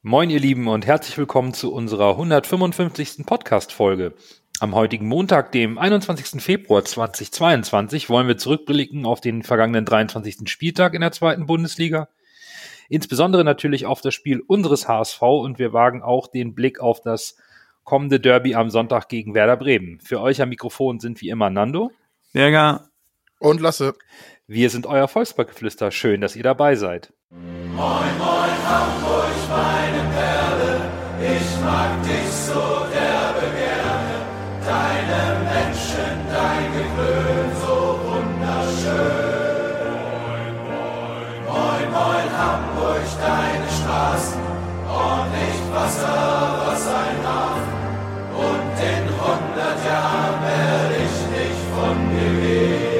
Moin ihr Lieben und herzlich willkommen zu unserer 155. Podcast-Folge. Am heutigen Montag, dem 21. Februar 2022, wollen wir zurückblicken auf den vergangenen 23. Spieltag in der zweiten Bundesliga. Insbesondere natürlich auf das Spiel unseres HSV und wir wagen auch den Blick auf das kommende Derby am Sonntag gegen Werder Bremen. Für euch am Mikrofon sind wie immer Nando, Berger und Lasse. Wir sind euer Volksparkgeflüster. Schön, dass ihr dabei seid. Moin, moin, Hamburg, meine Perle, ich mag dich so derbe gerne. Deine Menschen, dein Geklön, so wunderschön. Moin, moin, moin, moin, Hamburg, deine Straßen, ordentlich Wasser, was ein Hafen. Und in 100 Jahren werde ich nicht von dir gehen.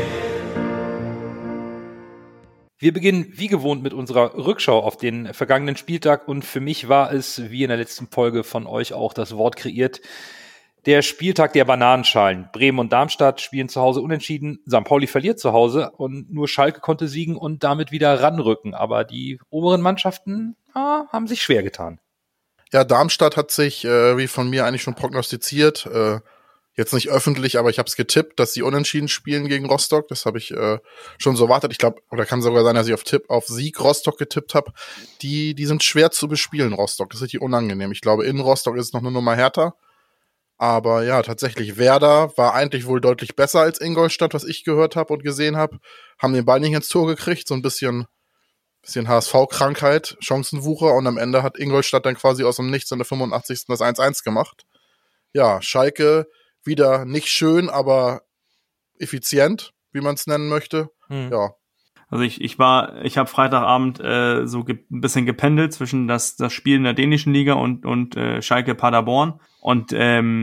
Wir beginnen wie gewohnt mit unserer Rückschau auf den vergangenen Spieltag und für mich war es, wie in der letzten Folge von euch auch das Wort kreiert, der Spieltag der Bananenschalen. Bremen und Darmstadt spielen zu Hause unentschieden, St. Pauli verliert zu Hause und nur Schalke konnte siegen und damit wieder ranrücken. Aber die oberen Mannschaften haben sich schwer getan. Ja, Darmstadt hat sich, wie von mir eigentlich schon prognostiziert, jetzt nicht öffentlich, aber ich habe es getippt, dass sie unentschieden spielen gegen Rostock. Das habe ich schon so erwartet. Ich glaube, oder kann sogar sein, dass ich auf Sieg Rostock getippt habe. Die sind schwer zu bespielen, Rostock. Das ist richtig unangenehm. Ich glaube, in Rostock ist es noch eine Nummer härter. Aber ja, tatsächlich, Werder war eigentlich wohl deutlich besser als Ingolstadt, was ich gehört habe und gesehen habe. Haben den Ball nicht ins Tor gekriegt, so ein bisschen HSV-Krankheit, Chancenwucher. Und am Ende hat Ingolstadt dann quasi aus dem Nichts in der 85. das 1-1 gemacht. Ja, Schalke wieder nicht schön, aber effizient, wie man es nennen möchte. Ja. Also ich habe Freitagabend so ein bisschen gependelt zwischen das Spiel in der dänischen Liga und Schalke Paderborn und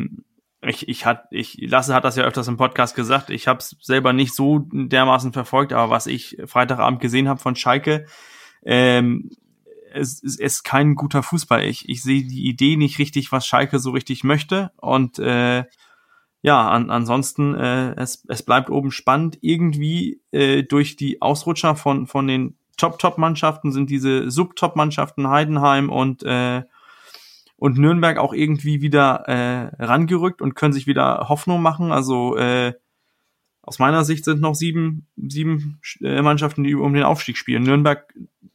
Lasse hat das ja öfters im Podcast gesagt, ich habe es selber nicht so dermaßen verfolgt, aber was ich Freitagabend gesehen habe von Schalke, es ist kein guter Fußball. Ich sehe die Idee nicht richtig, was Schalke so richtig möchte und ansonsten, es bleibt oben spannend. Irgendwie durch die Ausrutscher von den Top-Mannschaften sind diese Sub-Top-Mannschaften Heidenheim und Nürnberg auch irgendwie wieder rangerückt und können sich wieder Hoffnung machen. Also aus meiner Sicht sind noch sieben Mannschaften, die um den Aufstieg spielen. Nürnberg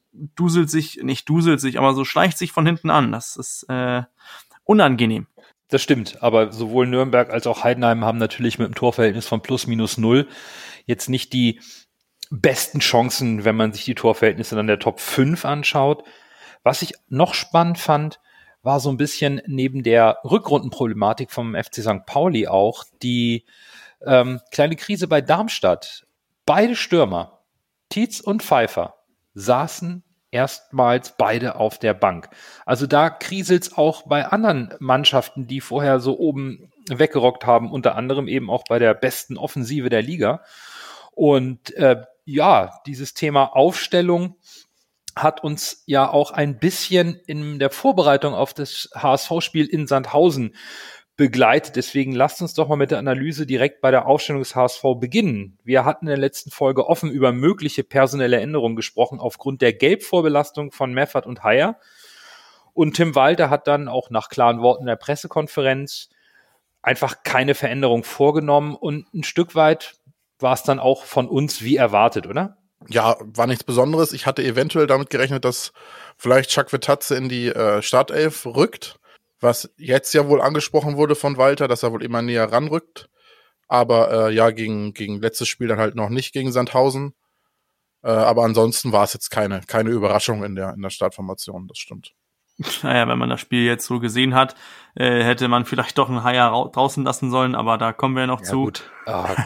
aber so schleicht sich von hinten an. Das ist unangenehm. Das stimmt, aber sowohl Nürnberg als auch Heidenheim haben natürlich mit einem Torverhältnis von +/- jetzt nicht die besten Chancen, wenn man sich die Torverhältnisse dann der Top 5 anschaut. Was ich noch spannend fand, war so ein bisschen neben der Rückrundenproblematik vom FC St. Pauli auch die kleine Krise bei Darmstadt. Beide Stürmer, Tietz und Pfeiffer, saßen erstmals beide auf der Bank. Also da kriselt's auch bei anderen Mannschaften, die vorher so oben weggerockt haben, unter anderem eben auch bei der besten Offensive der Liga. Und dieses Thema Aufstellung hat uns ja auch ein bisschen in der Vorbereitung auf das HSV-Spiel in Sandhausen begleitet. Deswegen lasst uns doch mal mit der Analyse direkt bei der Aufstellung des HSV beginnen. Wir hatten in der letzten Folge offen über mögliche personelle Änderungen gesprochen aufgrund der Gelbvorbelastung von Meffert und Haier. Und Tim Walter hat dann auch nach klaren Worten der Pressekonferenz einfach keine Veränderung vorgenommen und ein Stück weit war es dann auch von uns wie erwartet, oder? Ja, war nichts Besonderes. Ich hatte eventuell damit gerechnet, dass vielleicht Chakvetadze in die Startelf rückt. Was jetzt ja wohl angesprochen wurde von Walter, dass er wohl immer näher ranrückt. Aber gegen letztes Spiel dann halt noch nicht gegen Sandhausen. Aber ansonsten war es jetzt keine Überraschung in der Startformation, das stimmt. Naja, wenn man das Spiel jetzt so gesehen hat, hätte man vielleicht doch einen Haier draußen lassen sollen, aber da kommen wir ja noch zu. Gut.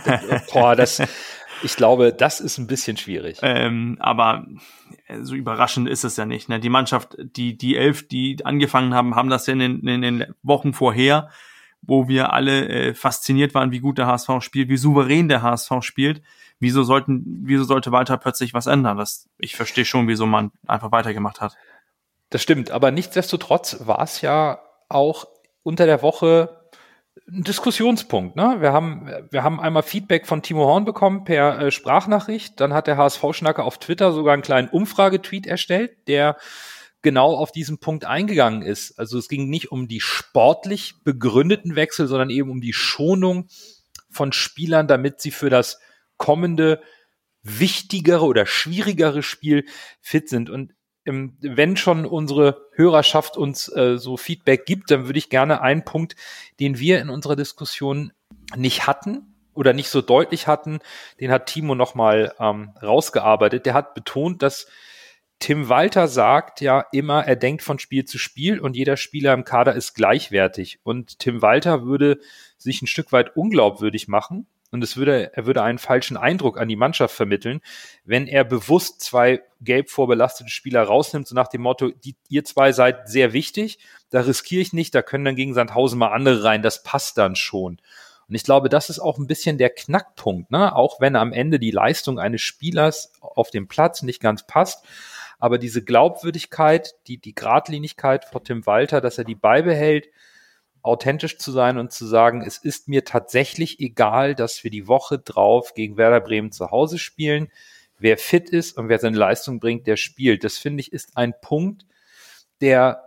Ich glaube, das ist ein bisschen schwierig. Aber so überraschend ist es ja nicht. Ne? Die Mannschaft, die 11, die angefangen haben das ja in den Wochen vorher, wo wir alle fasziniert waren, wie gut der HSV spielt, wie souverän der HSV spielt. Wieso sollte Walter plötzlich was ändern? Ich verstehe schon, wieso man einfach weitergemacht hat. Das stimmt, aber nichtsdestotrotz war es ja auch unter der Woche ein Diskussionspunkt. Ne? Wir haben einmal Feedback von Timo Horn bekommen per Sprachnachricht. Dann hat der HSV-Schnacker auf Twitter sogar einen kleinen Umfragetweet erstellt, der genau auf diesen Punkt eingegangen ist. Also es ging nicht um die sportlich begründeten Wechsel, sondern eben um die Schonung von Spielern, damit sie für das kommende wichtigere oder schwierigere Spiel fit sind. Und wenn schon unsere Hörerschaft uns so Feedback gibt, dann würde ich gerne einen Punkt, den wir in unserer Diskussion nicht hatten oder nicht so deutlich hatten, den hat Timo nochmal rausgearbeitet. Der hat betont, dass Tim Walter sagt ja immer, er denkt von Spiel zu Spiel und jeder Spieler im Kader ist gleichwertig. Und Tim Walter würde sich ein Stück weit unglaubwürdig machen und er würde einen falschen Eindruck an die Mannschaft vermitteln, wenn er bewusst 2 gelb vorbelastete Spieler rausnimmt, so nach dem Motto, ihr 2 seid sehr wichtig, da riskiere ich nicht, da können dann gegen Sandhausen mal andere rein, das passt dann schon. Und ich glaube, das ist auch ein bisschen der Knackpunkt, ne? Auch wenn am Ende die Leistung eines Spielers auf dem Platz nicht ganz passt, aber diese Glaubwürdigkeit, die Geradlinigkeit von Tim Walter, dass er die beibehält, authentisch zu sein und zu sagen, es ist mir tatsächlich egal, dass wir die Woche drauf gegen Werder Bremen zu Hause spielen. Wer fit ist und wer seine Leistung bringt, der spielt. Das, finde ich, ist ein Punkt, der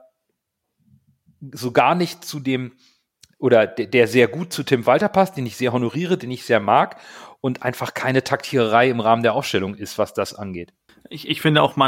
so gar nicht zu dem oder der sehr gut zu Tim Walter passt, den ich sehr honoriere, den ich sehr mag und einfach keine Taktiererei im Rahmen der Aufstellung ist, was das angeht. Ich finde auch,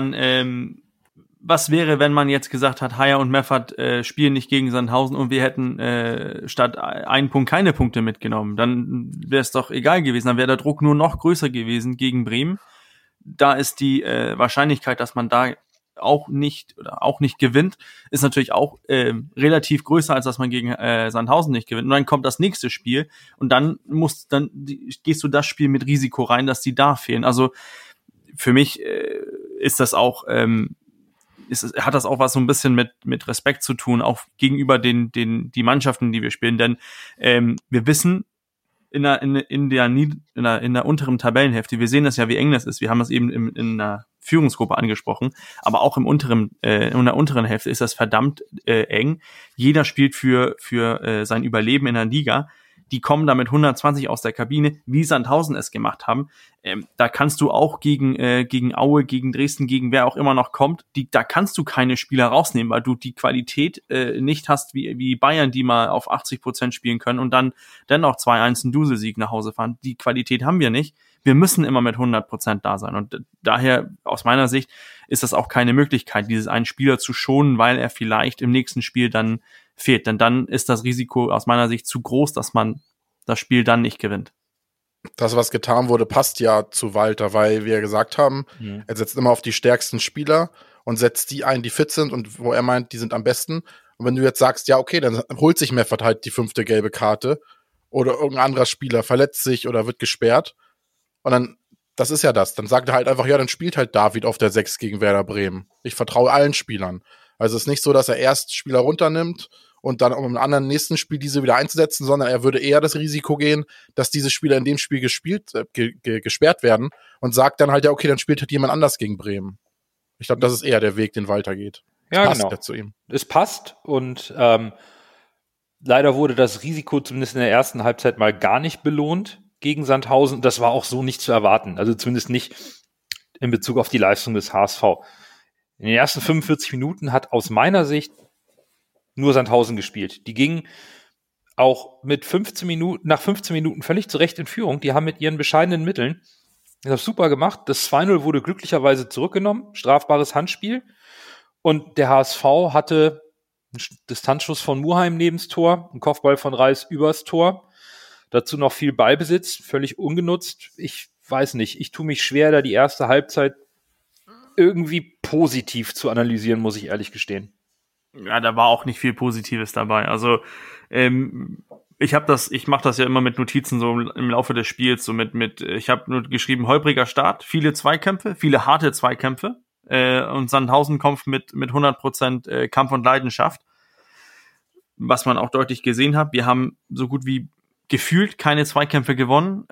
was wäre, wenn man jetzt gesagt hat, Haier und Meffert spielen nicht gegen Sandhausen und wir hätten statt einen Punkt keine Punkte mitgenommen. Dann wäre es doch egal gewesen. Dann wäre der Druck nur noch größer gewesen gegen Bremen. Da ist die Wahrscheinlichkeit, dass man da auch nicht gewinnt, ist natürlich auch relativ größer, als dass man gegen Sandhausen nicht gewinnt. Und dann kommt das nächste Spiel und dann gehst du das Spiel mit Risiko rein, dass die da fehlen. Also für mich ist das auch hat das auch was so ein bisschen mit Respekt zu tun, auch gegenüber die Mannschaften, die wir spielen, denn wir wissen in der unteren Tabellenhälfte, wir sehen das ja, wie eng das ist, wir haben das eben in der Führungsgruppe angesprochen, aber auch in der unteren Hälfte ist das verdammt eng. Jeder spielt für sein Überleben in der Liga. Die kommen da mit 120 aus der Kabine, wie Sandhausen es gemacht haben. Da kannst du auch gegen Aue, gegen Dresden, gegen wer auch immer noch kommt, da kannst du keine Spieler rausnehmen, weil du die Qualität nicht hast wie Bayern, die mal auf 80% spielen können und dann dennoch 2-1 einen Dusel-Sieg nach Hause fahren. Die Qualität haben wir nicht. Wir müssen immer mit 100% da sein. Und daher, aus meiner Sicht, ist das auch keine Möglichkeit, dieses einen Spieler zu schonen, weil er vielleicht im nächsten Spiel dann fehlt. Denn dann ist das Risiko aus meiner Sicht zu groß, dass man das Spiel dann nicht gewinnt. Das, was getan wurde, passt ja zu Walter, weil wir gesagt haben, er setzt immer auf die stärksten Spieler und setzt die ein, die fit sind und wo er meint, die sind am besten. Und wenn du jetzt sagst, ja, okay, dann holt sich Meffert halt die 5. gelbe Karte oder irgendein anderer Spieler verletzt sich oder wird gesperrt und dann, das ist ja das, dann sagt er halt einfach, ja, dann spielt halt David auf der 6 gegen Werder Bremen. Ich vertraue allen Spielern. Also es ist nicht so, dass er erst Spieler runternimmt und dann um im anderen nächsten Spiel diese wieder einzusetzen, sondern er würde eher das Risiko gehen, dass diese Spieler in dem Spiel gesperrt werden und sagt dann halt, ja, okay, dann spielt halt jemand anders gegen Bremen. Ich glaube, das ist eher der Weg, den Walter geht. Ja, passt genau. ja zu ihm. Es passt und leider wurde das Risiko zumindest in der ersten Halbzeit mal gar nicht belohnt gegen Sandhausen. Das war auch so nicht zu erwarten. Also zumindest nicht in Bezug auf die Leistung des HSV. In den ersten 45 Minuten hat aus meiner Sicht nur Sandhausen gespielt. Die gingen auch nach 15 Minuten völlig zurecht in Führung. Die haben mit ihren bescheidenen Mitteln das super gemacht. Das 2-0 wurde glücklicherweise zurückgenommen. Strafbares Handspiel. Und der HSV hatte einen Distanzschuss von Muheim nebens Tor, einen Kopfball von Reis übers Tor. Dazu noch viel Ballbesitz, völlig ungenutzt. Ich weiß nicht, ich tue mich schwer, da die erste Halbzeit irgendwie positiv zu analysieren, muss ich ehrlich gestehen. Ja, da war auch nicht viel Positives dabei. Also ich mache das ja immer mit Notizen so im Laufe des Spiels, so ich habe nur geschrieben, holpriger Start, viele Zweikämpfe, viele harte Zweikämpfe und Sandhausen kommt mit 100% Kampf und Leidenschaft, was man auch deutlich gesehen hat. Wir haben so gut wie gefühlt keine Zweikämpfe gewonnen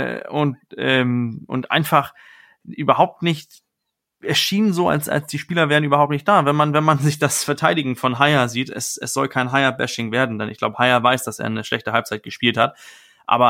und einfach überhaupt nicht. Es schien so, als die Spieler wären überhaupt nicht da. Wenn man sich das Verteidigen von Haier sieht, es soll kein Haier-Bashing werden, denn ich glaube, Haier weiß, dass er eine schlechte Halbzeit gespielt hat. Aber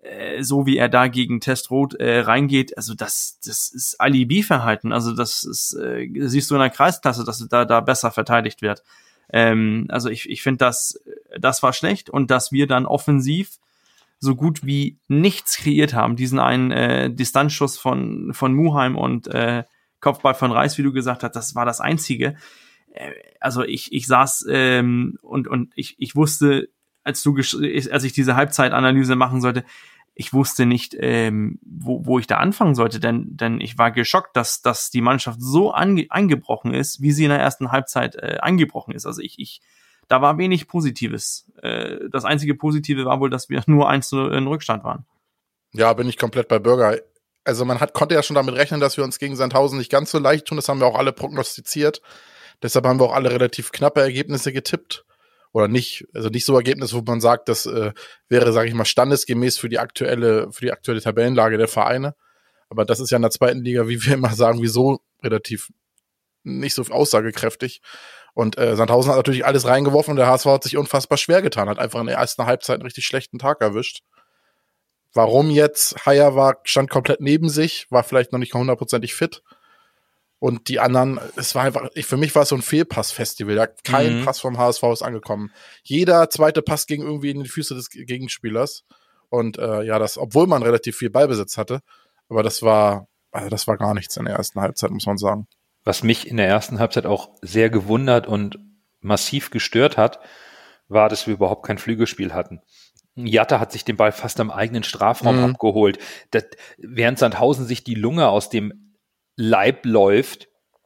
so wie er da gegen Testroth reingeht, also das ist Alibi-Verhalten. Also das ist, siehst du in der Kreisklasse, dass da besser verteidigt wird. Also ich finde, das war schlecht und dass wir dann offensiv so gut wie nichts kreiert haben. Diesen einen Distanzschuss von Muheim und Kopfball von Reis, wie du gesagt hast, das war das Einzige. Also ich saß und ich wusste, als ich diese Halbzeitanalyse machen sollte, ich wusste nicht, wo ich da anfangen sollte, denn ich war geschockt, dass die Mannschaft so eingebrochen ist, wie sie in der ersten Halbzeit eingebrochen ist. Also da war wenig Positives. Das einzige Positive war wohl, dass wir nur 1-0 in Rückstand waren. Ja, bin ich komplett bei Bürger. Also konnte ja schon damit rechnen, dass wir uns gegen Sandhausen nicht ganz so leicht tun. Das haben wir auch alle prognostiziert. Deshalb haben wir auch alle relativ knappe Ergebnisse getippt. Oder nicht, also nicht so Ergebnisse, wo man sagt, das wäre, sage ich mal, standesgemäß für die aktuelle Tabellenlage der Vereine. Aber das ist ja in der zweiten Liga, wie wir immer sagen, wieso relativ nicht so aussagekräftig. Und Sandhausen hat natürlich alles reingeworfen und der HSV hat sich unfassbar schwer getan, hat einfach in der ersten Halbzeit einen richtig schlechten Tag erwischt. Warum jetzt? Haier stand komplett neben sich, war vielleicht noch nicht 100%ig fit. Und die anderen, es war einfach, für mich war es so ein Fehlpass-Festival. Kein Pass vom HSV ist angekommen. Jeder zweite Pass ging irgendwie in die Füße des Gegenspielers. Und obwohl man relativ viel Ballbesitz hatte, aber das war gar nichts in der ersten Halbzeit, muss man sagen. Was mich in der ersten Halbzeit auch sehr gewundert und massiv gestört hat, war, dass wir überhaupt kein Flügelspiel hatten. Jatta hat sich den Ball fast am eigenen Strafraum abgeholt. Während Sandhausen sich die Lunge aus dem Leib läuft,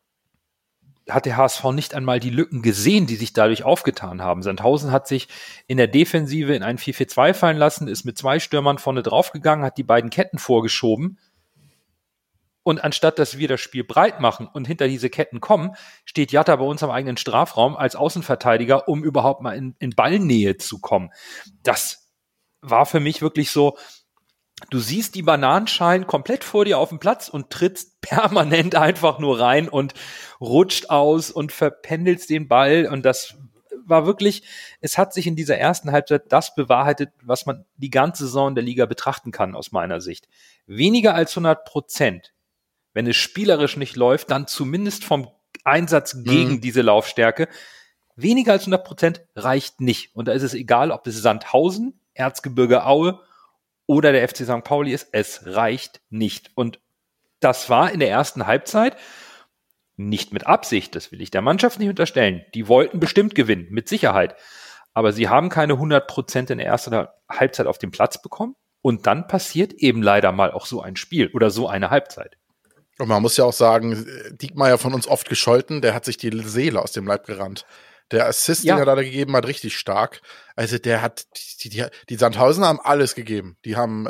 hat der HSV nicht einmal die Lücken gesehen, die sich dadurch aufgetan haben. Sandhausen hat sich in der Defensive in ein 4-4-2 fallen lassen, ist mit 2 Stürmern vorne draufgegangen, hat die beiden Ketten vorgeschoben. Und anstatt, dass wir das Spiel breit machen und hinter diese Ketten kommen, steht Jatta bei uns am eigenen Strafraum als Außenverteidiger, um überhaupt mal in Ballnähe zu kommen. Das war für mich wirklich so, du siehst die Bananenschalen komplett vor dir auf dem Platz und trittst permanent einfach nur rein und rutscht aus und verpendelst den Ball. Und das war wirklich, es hat sich in dieser ersten Halbzeit das bewahrheitet, was man die ganze Saison der Liga betrachten kann, aus meiner Sicht. Weniger als 100%. Wenn es spielerisch nicht läuft, dann zumindest vom Einsatz gegen diese Laufstärke. Weniger als 100% reicht nicht. Und da ist es egal, ob es Sandhausen, Erzgebirge Aue oder der FC St. Pauli ist, es reicht nicht. Und das war in der ersten Halbzeit nicht mit Absicht, das will ich der Mannschaft nicht unterstellen. Die wollten bestimmt gewinnen, mit Sicherheit. Aber sie haben keine 100% in der ersten Halbzeit auf den Platz bekommen. Und dann passiert eben leider mal auch so ein Spiel oder so eine Halbzeit. Und man muss ja auch sagen, Diekmeyer von uns oft gescholten, der hat sich die Seele aus dem Leib gerannt. Der Assist, den er da gegeben hat, richtig stark. Also der hat, die Sandhausen haben alles gegeben. Die haben,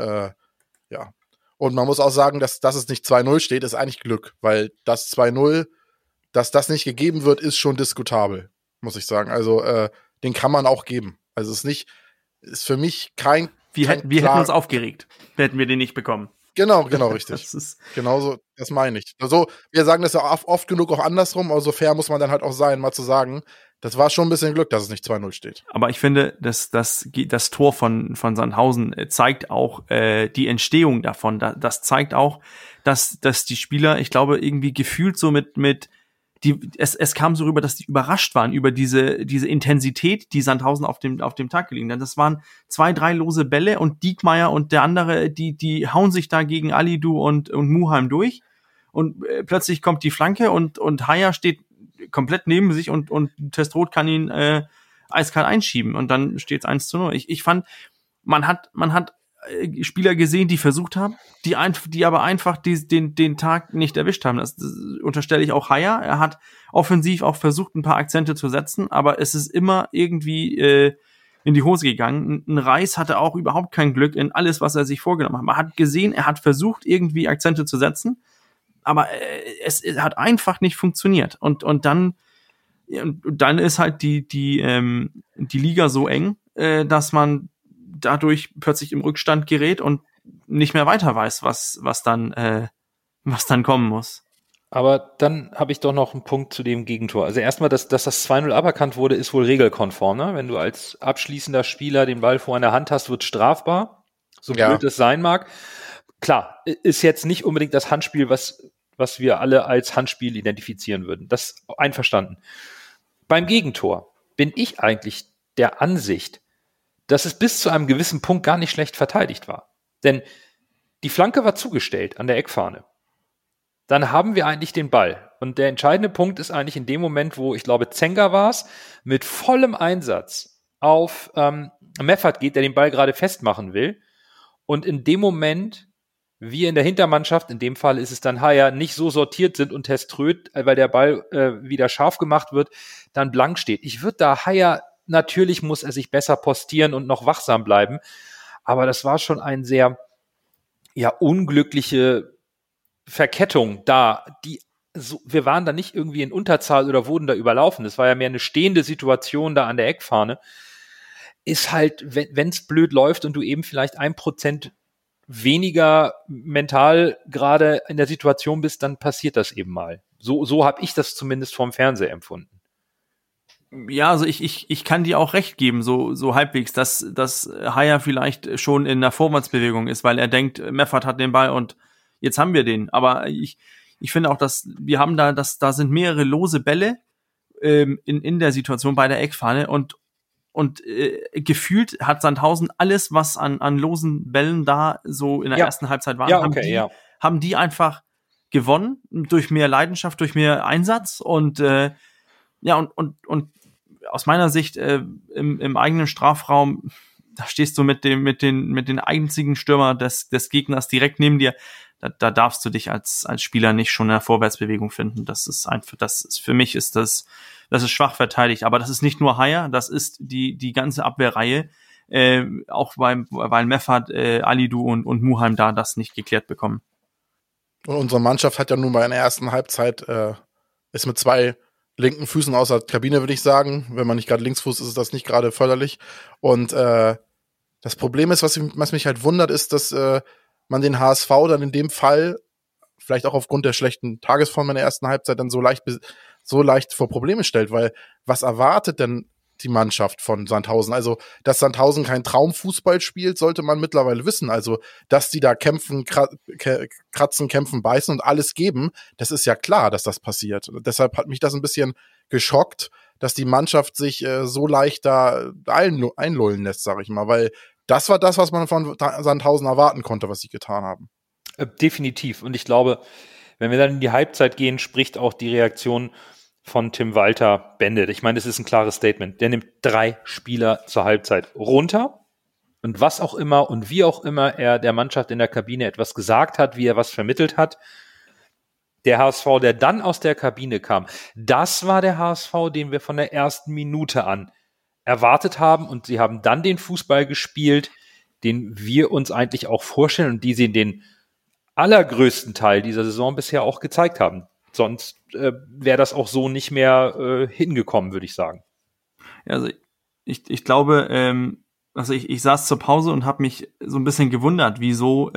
Und man muss auch sagen, dass es nicht 2-0 steht, ist eigentlich Glück. Weil das 2-0, dass das nicht gegeben wird, ist schon diskutabel, muss ich sagen. Also den kann man auch geben. Also ist für mich kein... Wir hätten uns aufgeregt, hätten wir den nicht bekommen. Genau, richtig. Genauso, das meine ich. Also, wir sagen das ja oft genug auch andersrum, aber so fair muss man dann halt auch sein, mal zu sagen, das war schon ein bisschen Glück, dass es nicht 2-0 steht. Aber ich finde, das Tor von Sandhausen zeigt auch die Entstehung davon. Das zeigt auch, dass die Spieler, ich glaube, irgendwie gefühlt so es kam so rüber, dass die überrascht waren über diese Intensität, die Sandhausen auf dem Tag gelegen hat. Das waren 2, 3 lose Bälle und Diekmeyer und der andere, die hauen sich da gegen Alidu und Muheim durch und plötzlich kommt die Flanke und Haier steht komplett neben sich und Testroth kann ihn eiskalt einschieben und dann steht es 1-0. Ich fand, man hat Spieler gesehen, die versucht haben, die aber einfach den Tag nicht erwischt haben. Das unterstelle ich auch Haier. Er hat offensiv auch versucht, ein paar Akzente zu setzen, aber es ist immer irgendwie in die Hose gegangen. Ein Reis hatte auch überhaupt kein Glück in alles, was er sich vorgenommen hat. Man hat gesehen, er hat versucht, irgendwie Akzente zu setzen, aber es hat einfach nicht funktioniert. Und dann ist halt die Liga so eng, dass man dadurch plötzlich im Rückstand gerät und nicht mehr weiter weiß, was dann kommen muss. Aber dann habe ich doch noch einen Punkt zu dem Gegentor. Also erstmal, dass das 2-0 aberkannt wurde, ist wohl regelkonform. Ne? Wenn du als abschließender Spieler den Ball vor einer Hand hast, wird strafbar. So blöd es sein mag. Klar, ist jetzt nicht unbedingt das Handspiel, was wir alle als Handspiel identifizieren würden. Das einverstanden. Beim Gegentor bin ich eigentlich der Ansicht, dass es bis zu einem gewissen Punkt gar nicht schlecht verteidigt war. Denn die Flanke war zugestellt an der Eckfahne. Dann haben wir eigentlich den Ball. Und der entscheidende Punkt ist eigentlich in dem Moment, wo, ich glaube, Zenga war es, mit vollem Einsatz auf Meffert geht, der den Ball gerade festmachen will. Und in dem Moment, wir in der Hintermannschaft, in dem Fall ist es dann Haier, nicht so sortiert sind und Teströd, weil der Ball wieder scharf gemacht wird, dann blank steht. Ich würde da Haier, natürlich muss er sich besser postieren und noch wachsam bleiben. Aber das war schon ein sehr, unglückliche Verkettung da, wir waren da nicht irgendwie in Unterzahl oder wurden da überlaufen. Das war ja mehr eine stehende Situation da an der Eckfahne. Ist halt, wenn es blöd läuft und du eben vielleicht 1% weniger mental gerade in der Situation bist, dann passiert das eben mal. So habe ich das zumindest vom Fernseher empfunden. Ja, also ich kann dir auch recht geben, so halbwegs, dass Haier vielleicht schon in der Vorwärtsbewegung ist, weil er denkt, Meffert hat den Ball und jetzt haben wir den. Aber ich finde auch, dass wir haben da sind mehrere lose Bälle in der Situation bei der Eckfahne und gefühlt hat Sandhausen alles, was an losen Bällen da so in der ersten Halbzeit war, haben die einfach gewonnen durch mehr Leidenschaft, durch mehr Einsatz und aus meiner Sicht im eigenen Strafraum, da stehst du mit den einzigen Stürmer des Gegners direkt neben dir. Da darfst du dich als Spieler nicht schon in der Vorwärtsbewegung finden. Das ist für mich ist das ist schwach verteidigt. Aber das ist nicht nur Haier, das ist die ganze Abwehrreihe. Auch weil Meffert, Alidu und Muheim da das nicht geklärt bekommen. Und unsere Mannschaft hat ja nun mal in der ersten Halbzeit ist mit 2 linken Füßen aus der Kabine, würde ich sagen. Wenn man nicht gerade Linksfuß ist, ist das nicht gerade förderlich. Und das Problem ist, was mich halt wundert, ist, dass man den HSV dann in dem Fall, vielleicht auch aufgrund der schlechten Tagesform in der ersten Halbzeit, dann so leicht vor Probleme stellt. Weil was erwartet denn die Mannschaft von Sandhausen? Also, dass Sandhausen kein Traumfußball spielt, sollte man mittlerweile wissen. Also, dass die da kämpfen, kratzen, kämpfen, beißen und alles geben, das ist ja klar, dass das passiert. Und deshalb hat mich das ein bisschen geschockt, dass die Mannschaft sich so leicht da einlullen lässt, sag ich mal. Weil das war das, was man von Sandhausen erwarten konnte, was sie getan haben. Definitiv. Und ich glaube, wenn wir dann in die Halbzeit gehen, spricht auch die Reaktion von Tim Walter Bände. Ich meine, das ist ein klares Statement. Der nimmt 3 Spieler zur Halbzeit runter und was auch immer und wie auch immer er der Mannschaft in der Kabine etwas gesagt hat, wie er was vermittelt hat. Der HSV, der dann aus der Kabine kam, das war der HSV, den wir von der ersten Minute an erwartet haben und sie haben dann den Fußball gespielt, den wir uns eigentlich auch vorstellen und die sie in den allergrößten Teil dieser Saison bisher auch gezeigt haben. Sonst wäre das auch so nicht mehr hingekommen, würde ich sagen. Also ich glaube, also ich saß zur Pause und habe mich so ein bisschen gewundert, wieso,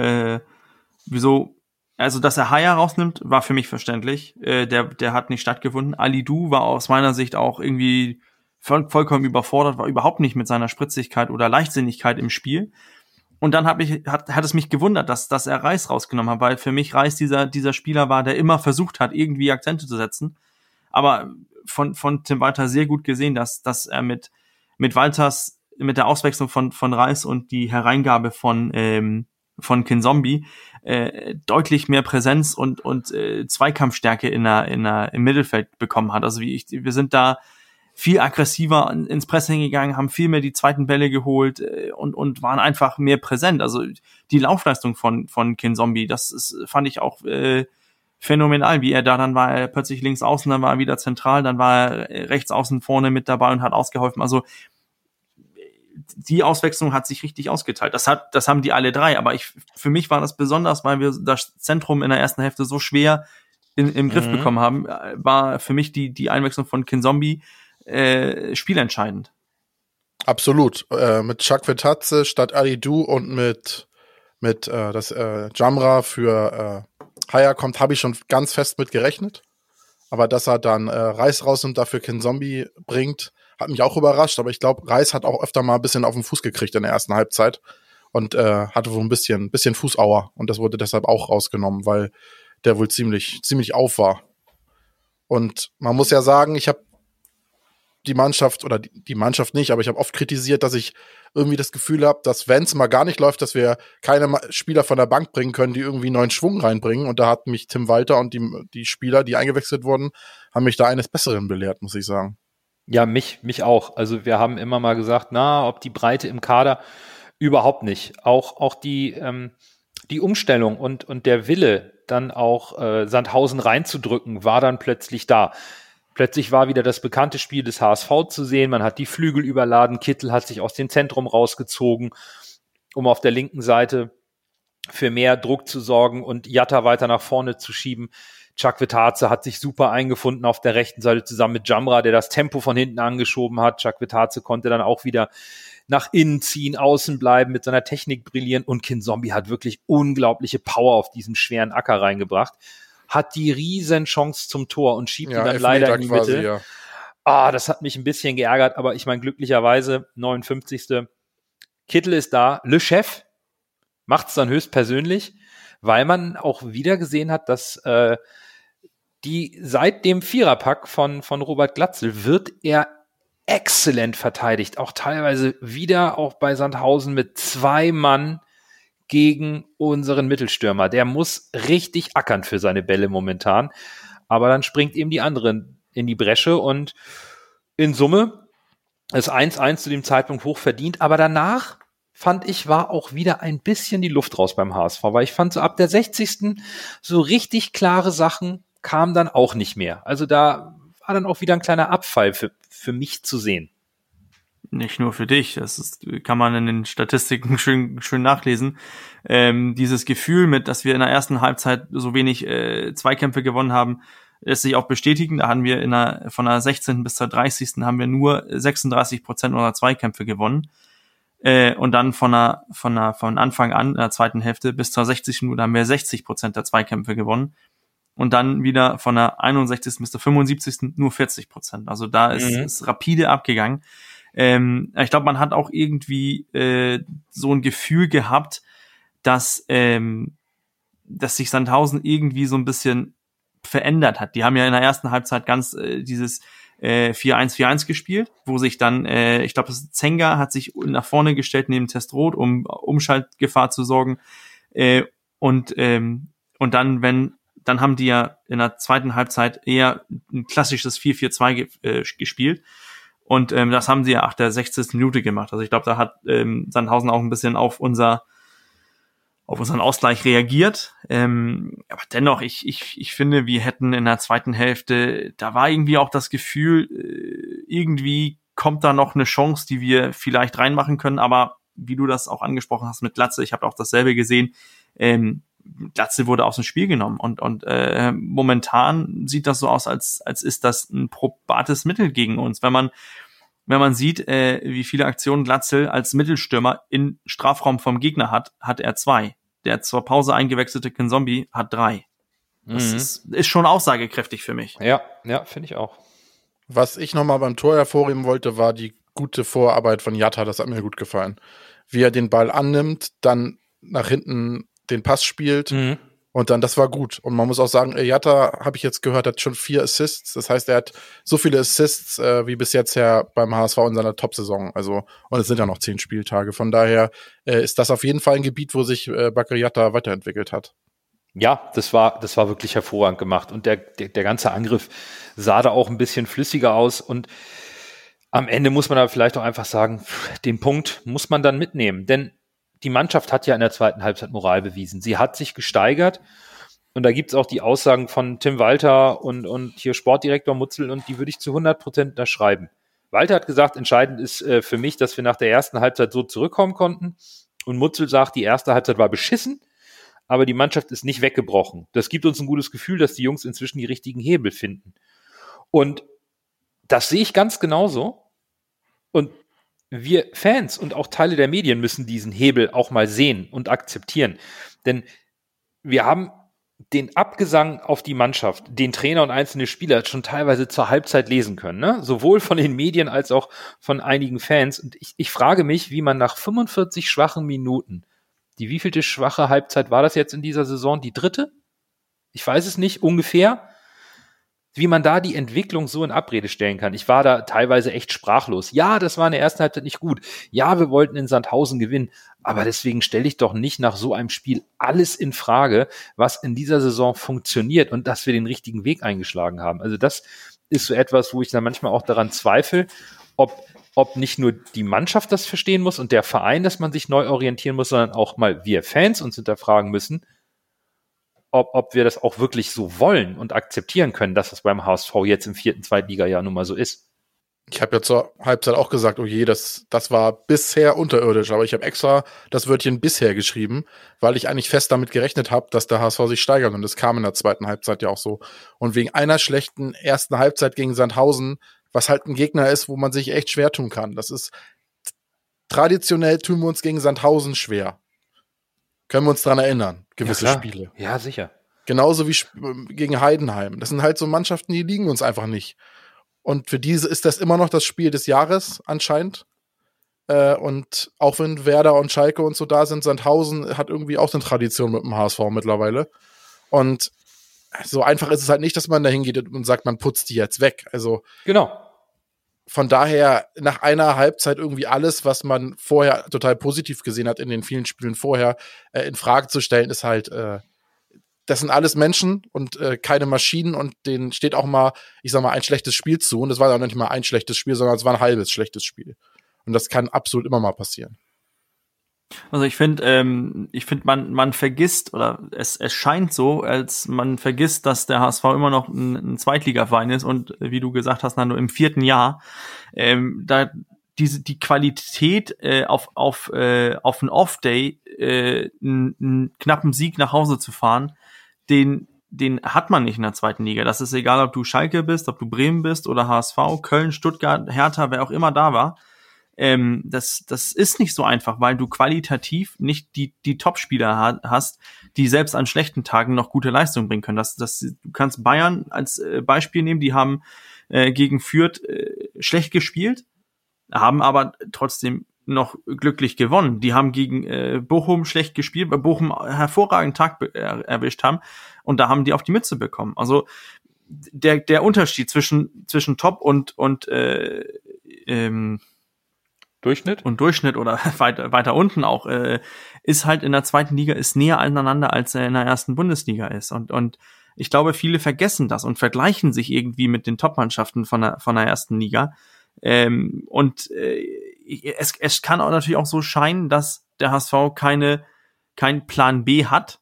also dass er Haier rausnimmt, war für mich verständlich. Der hat nicht stattgefunden. Alidu war aus meiner Sicht auch irgendwie vollkommen überfordert, war überhaupt nicht mit seiner Spritzigkeit oder Leichtsinnigkeit im Spiel. Und dann hat es mich gewundert, dass er Reis rausgenommen hat, weil für mich Reis dieser Spieler war, der immer versucht hat, irgendwie Akzente zu setzen. Aber von Tim Walter sehr gut gesehen, dass er mit der Auswechslung von Reis und die Hereingabe von Kinzombie deutlich mehr Präsenz und Zweikampfstärke im Mittelfeld bekommen hat. Also wir sind da viel aggressiver ins Pressing gegangen, haben viel mehr die zweiten Bälle geholt und waren einfach mehr präsent. Also die Laufleistung von Kinzombie, fand ich auch phänomenal, wie er da, dann war er plötzlich links außen, dann war er wieder zentral, dann war er rechts außen vorne mit dabei und hat ausgeholfen. Also die Auswechslung hat sich richtig ausgeteilt. Das haben die alle 3, aber für mich war das besonders, weil wir das Zentrum in der ersten Hälfte so schwer im Griff bekommen haben, war für mich die Einwechslung von Kinzombie spielentscheidend. Absolut. Mit Chakvetadze statt Alidu und mit Jamra für Haier kommt, habe ich schon ganz fest mit gerechnet. Aber dass er dann Reis rausnimmt, dafür Kinzombie bringt, hat mich auch überrascht. Aber ich glaube, Reis hat auch öfter mal ein bisschen auf den Fuß gekriegt in der ersten Halbzeit. und hatte wohl ein bisschen Fußauer und das wurde deshalb auch rausgenommen, weil der wohl ziemlich auf war. Und man muss ja sagen, ich habe die Mannschaft oder die Mannschaft nicht, aber ich habe oft kritisiert, dass ich irgendwie das Gefühl habe, dass wenn es mal gar nicht läuft, dass wir keine Spieler von der Bank bringen können, die irgendwie neuen Schwung reinbringen. Und da hat mich Tim Walter und die Spieler, die eingewechselt wurden, haben mich da eines Besseren belehrt, muss ich sagen. Ja, mich auch. Also wir haben immer mal gesagt, ob die Breite im Kader überhaupt nicht. Auch die Umstellung und der Wille, dann auch Sandhausen reinzudrücken, war dann plötzlich da. Plötzlich war wieder das bekannte Spiel des HSV zu sehen. Man hat die Flügel überladen. Kittel hat sich aus dem Zentrum rausgezogen, um auf der linken Seite für mehr Druck zu sorgen und Jatta weiter nach vorne zu schieben. Chakvetadze hat sich super eingefunden auf der rechten Seite zusammen mit Jamra, der das Tempo von hinten angeschoben hat. Chakvetadze konnte dann auch wieder nach innen ziehen, außen bleiben, mit seiner Technik brillieren. Und Kinzombie hat wirklich unglaubliche Power auf diesen schweren Acker reingebracht. Hat die riesen Chance zum Tor und schiebt ihn dann leider in die quasi, Mitte. Ja. Das hat mich ein bisschen geärgert, aber ich meine, glücklicherweise, 59. Kittel ist da. Le Chef macht es dann höchstpersönlich, weil man auch wieder gesehen hat, dass die seit dem Viererpack von Robert Glatzel wird er exzellent verteidigt. Auch teilweise wieder auch bei Sandhausen mit 2 Mann gegen unseren Mittelstürmer. Der muss richtig ackern für seine Bälle momentan. Aber dann springt eben die anderen in die Bresche und in Summe ist 1-1 zu dem Zeitpunkt hoch verdient. Aber danach, fand ich, war auch wieder ein bisschen die Luft raus beim HSV, weil ich fand so ab der 60. so richtig klare Sachen kamen dann auch nicht mehr. Also da war dann auch wieder ein kleiner Abfall für mich zu sehen. Nicht nur für dich, kann man in den Statistiken schön nachlesen. Dieses Gefühl dass wir in der ersten Halbzeit so wenig Zweikämpfe gewonnen haben, lässt sich auch bestätigen. Da haben wir von der 16. bis zur 30. haben wir nur 36% unserer Zweikämpfe gewonnen. Und dann von Anfang an, in der zweiten Hälfte bis zur 60. Minute haben wir 60% der Zweikämpfe gewonnen. Und dann wieder von der 61. bis zur 75. nur 40%. Also da ist es rapide abgegangen. Ich glaube, man hat auch irgendwie so ein Gefühl gehabt, dass sich Sandhausen irgendwie so ein bisschen verändert hat. Die haben ja in der ersten Halbzeit ganz dieses 4-1-4-1 gespielt, wo sich dann, ich glaube, Zenga hat sich nach vorne gestellt neben Testroth, um Umschaltgefahr zu sorgen. Und dann haben die ja in der zweiten Halbzeit eher ein klassisches 4-4-2 gespielt. Und das haben sie ja nach der 60. Minute gemacht. Also ich glaube, da hat Sandhausen auch ein bisschen auf unseren Ausgleich reagiert. Aber dennoch, ich finde, wir hätten in der zweiten Hälfte, da war irgendwie auch das Gefühl, irgendwie kommt da noch eine Chance, die wir vielleicht reinmachen können. Aber wie du das auch angesprochen hast mit Glatze, ich habe auch dasselbe gesehen, Glatze wurde aus dem Spiel genommen und momentan sieht das so aus, als ist das ein probates Mittel gegen uns. Wenn man sieht, wie viele Aktionen Glatzel als Mittelstürmer in Strafraum vom Gegner hat er 2. Der zur Pause eingewechselte Kinzombie hat 3. Das ist schon aussagekräftig für mich. Ja, finde ich auch. Was ich nochmal beim Tor hervorheben wollte, war die gute Vorarbeit von Jatta. Das hat mir gut gefallen. Wie er den Ball annimmt, dann nach hinten den Pass spielt und dann, das war gut. Und man muss auch sagen, Jatta, habe ich jetzt gehört, hat schon 4 Assists. Das heißt, er hat so viele Assists wie bis jetzt her beim HSV in seiner Top-Saison. Also, und es sind ja noch 10 Spieltage. Von daher ist das auf jeden Fall ein Gebiet, wo sich Bakary Jatta weiterentwickelt hat. Ja, das war wirklich hervorragend gemacht. Und der ganze Angriff sah da auch ein bisschen flüssiger aus. Und am Ende muss man aber vielleicht auch einfach sagen, den Punkt muss man dann mitnehmen. Denn die Mannschaft hat ja in der zweiten Halbzeit Moral bewiesen. Sie hat sich gesteigert. Und da gibt es auch die Aussagen von Tim Walter und hier Sportdirektor Mutzel. Und die würde ich zu 100% unterschreiben. Walter hat gesagt, entscheidend ist für mich, dass wir nach der ersten Halbzeit so zurückkommen konnten. Und Mutzel sagt, die erste Halbzeit war beschissen, aber die Mannschaft ist nicht weggebrochen. Das gibt uns ein gutes Gefühl, dass die Jungs inzwischen die richtigen Hebel finden. Und das sehe ich ganz genauso. Und wir Fans und auch Teile der Medien müssen diesen Hebel auch mal sehen und akzeptieren. Denn wir haben den Abgesang auf die Mannschaft, den Trainer und einzelne Spieler schon teilweise zur Halbzeit lesen können, ne? Sowohl von den Medien als auch von einigen Fans. Und ich frage mich, wie man nach 45 schwachen Minuten, die wievielte schwache Halbzeit war das jetzt in dieser Saison? Die 3.? Ich weiß es nicht, ungefähr. Wie man da die Entwicklung so in Abrede stellen kann. Ich war da teilweise echt sprachlos. Ja, das war in der ersten Halbzeit nicht gut. Ja, wir wollten in Sandhausen gewinnen. Aber deswegen stelle ich doch nicht nach so einem Spiel alles in Frage, was in dieser Saison funktioniert und dass wir den richtigen Weg eingeschlagen haben. Also das ist so etwas, wo ich dann manchmal auch daran zweifle, ob nicht nur die Mannschaft das verstehen muss und der Verein, dass man sich neu orientieren muss, sondern auch mal wir Fans uns hinterfragen müssen, ob wir das auch wirklich so wollen und akzeptieren können, dass das beim HSV jetzt im 4. Zweitliga-Jahr nun mal so ist. Ich habe ja zur Halbzeit auch gesagt, oh je, das war bisher unterirdisch, aber ich habe extra das Wörtchen bisher geschrieben, weil ich eigentlich fest damit gerechnet habe, dass der HSV sich steigert und das kam in der zweiten Halbzeit ja auch so. Und wegen einer schlechten ersten Halbzeit gegen Sandhausen, was halt ein Gegner ist, wo man sich echt schwer tun kann. Das ist traditionell tun wir uns gegen Sandhausen schwer. Können wir uns dran erinnern, gewisse Spiele. Ja, sicher. Genauso wie gegen Heidenheim. Das sind halt so Mannschaften, die liegen uns einfach nicht. Und für diese ist das immer noch das Spiel des Jahres anscheinend. Und auch wenn Werder und Schalke und so da sind, Sandhausen hat irgendwie auch eine Tradition mit dem HSV mittlerweile. Und so einfach ist es halt nicht, dass man da hingeht und sagt, man putzt die jetzt weg. Also genau. Von daher, nach einer Halbzeit irgendwie alles, was man vorher total positiv gesehen hat in den vielen Spielen vorher, in Frage zu stellen, ist halt, das sind alles Menschen und keine Maschinen und denen steht auch mal, ich sag mal, ein schlechtes Spiel zu. Und das war ja nicht mal ein schlechtes Spiel, sondern es war ein halbes schlechtes Spiel. Und das kann absolut immer mal passieren. Also ich finde, man vergisst, oder es scheint so, als man vergisst, dass der HSV immer noch ein Zweitligaverein ist und wie du gesagt hast, nur im 4. Jahr, da die Qualität auf einen Off-Day einen knappen Sieg nach Hause zu fahren, den hat man nicht in der 2. Liga. Das ist egal, ob du Schalke bist, ob du Bremen bist oder HSV, Köln, Stuttgart, Hertha, wer auch immer da war. Das ist nicht so einfach, weil du qualitativ nicht die Top-Spieler hast, die selbst an schlechten Tagen noch gute Leistung bringen können. Du kannst Bayern als Beispiel nehmen, die haben gegen Fürth schlecht gespielt, haben aber trotzdem noch glücklich gewonnen. Die haben gegen Bochum schlecht gespielt, weil Bochum einen hervorragenden Tag erwischt haben und da haben die auf die Mütze bekommen. Also der Unterschied zwischen Top und Durchschnitt? Und Durchschnitt oder weiter unten auch, ist halt in der 2. Liga ist näher aneinander, als er in der 1. Bundesliga ist. Und ich glaube, viele vergessen das und vergleichen sich irgendwie mit den Top-Mannschaften von der 1. Liga. Es kann auch natürlich auch so scheinen, dass der HSV kein Plan B hat.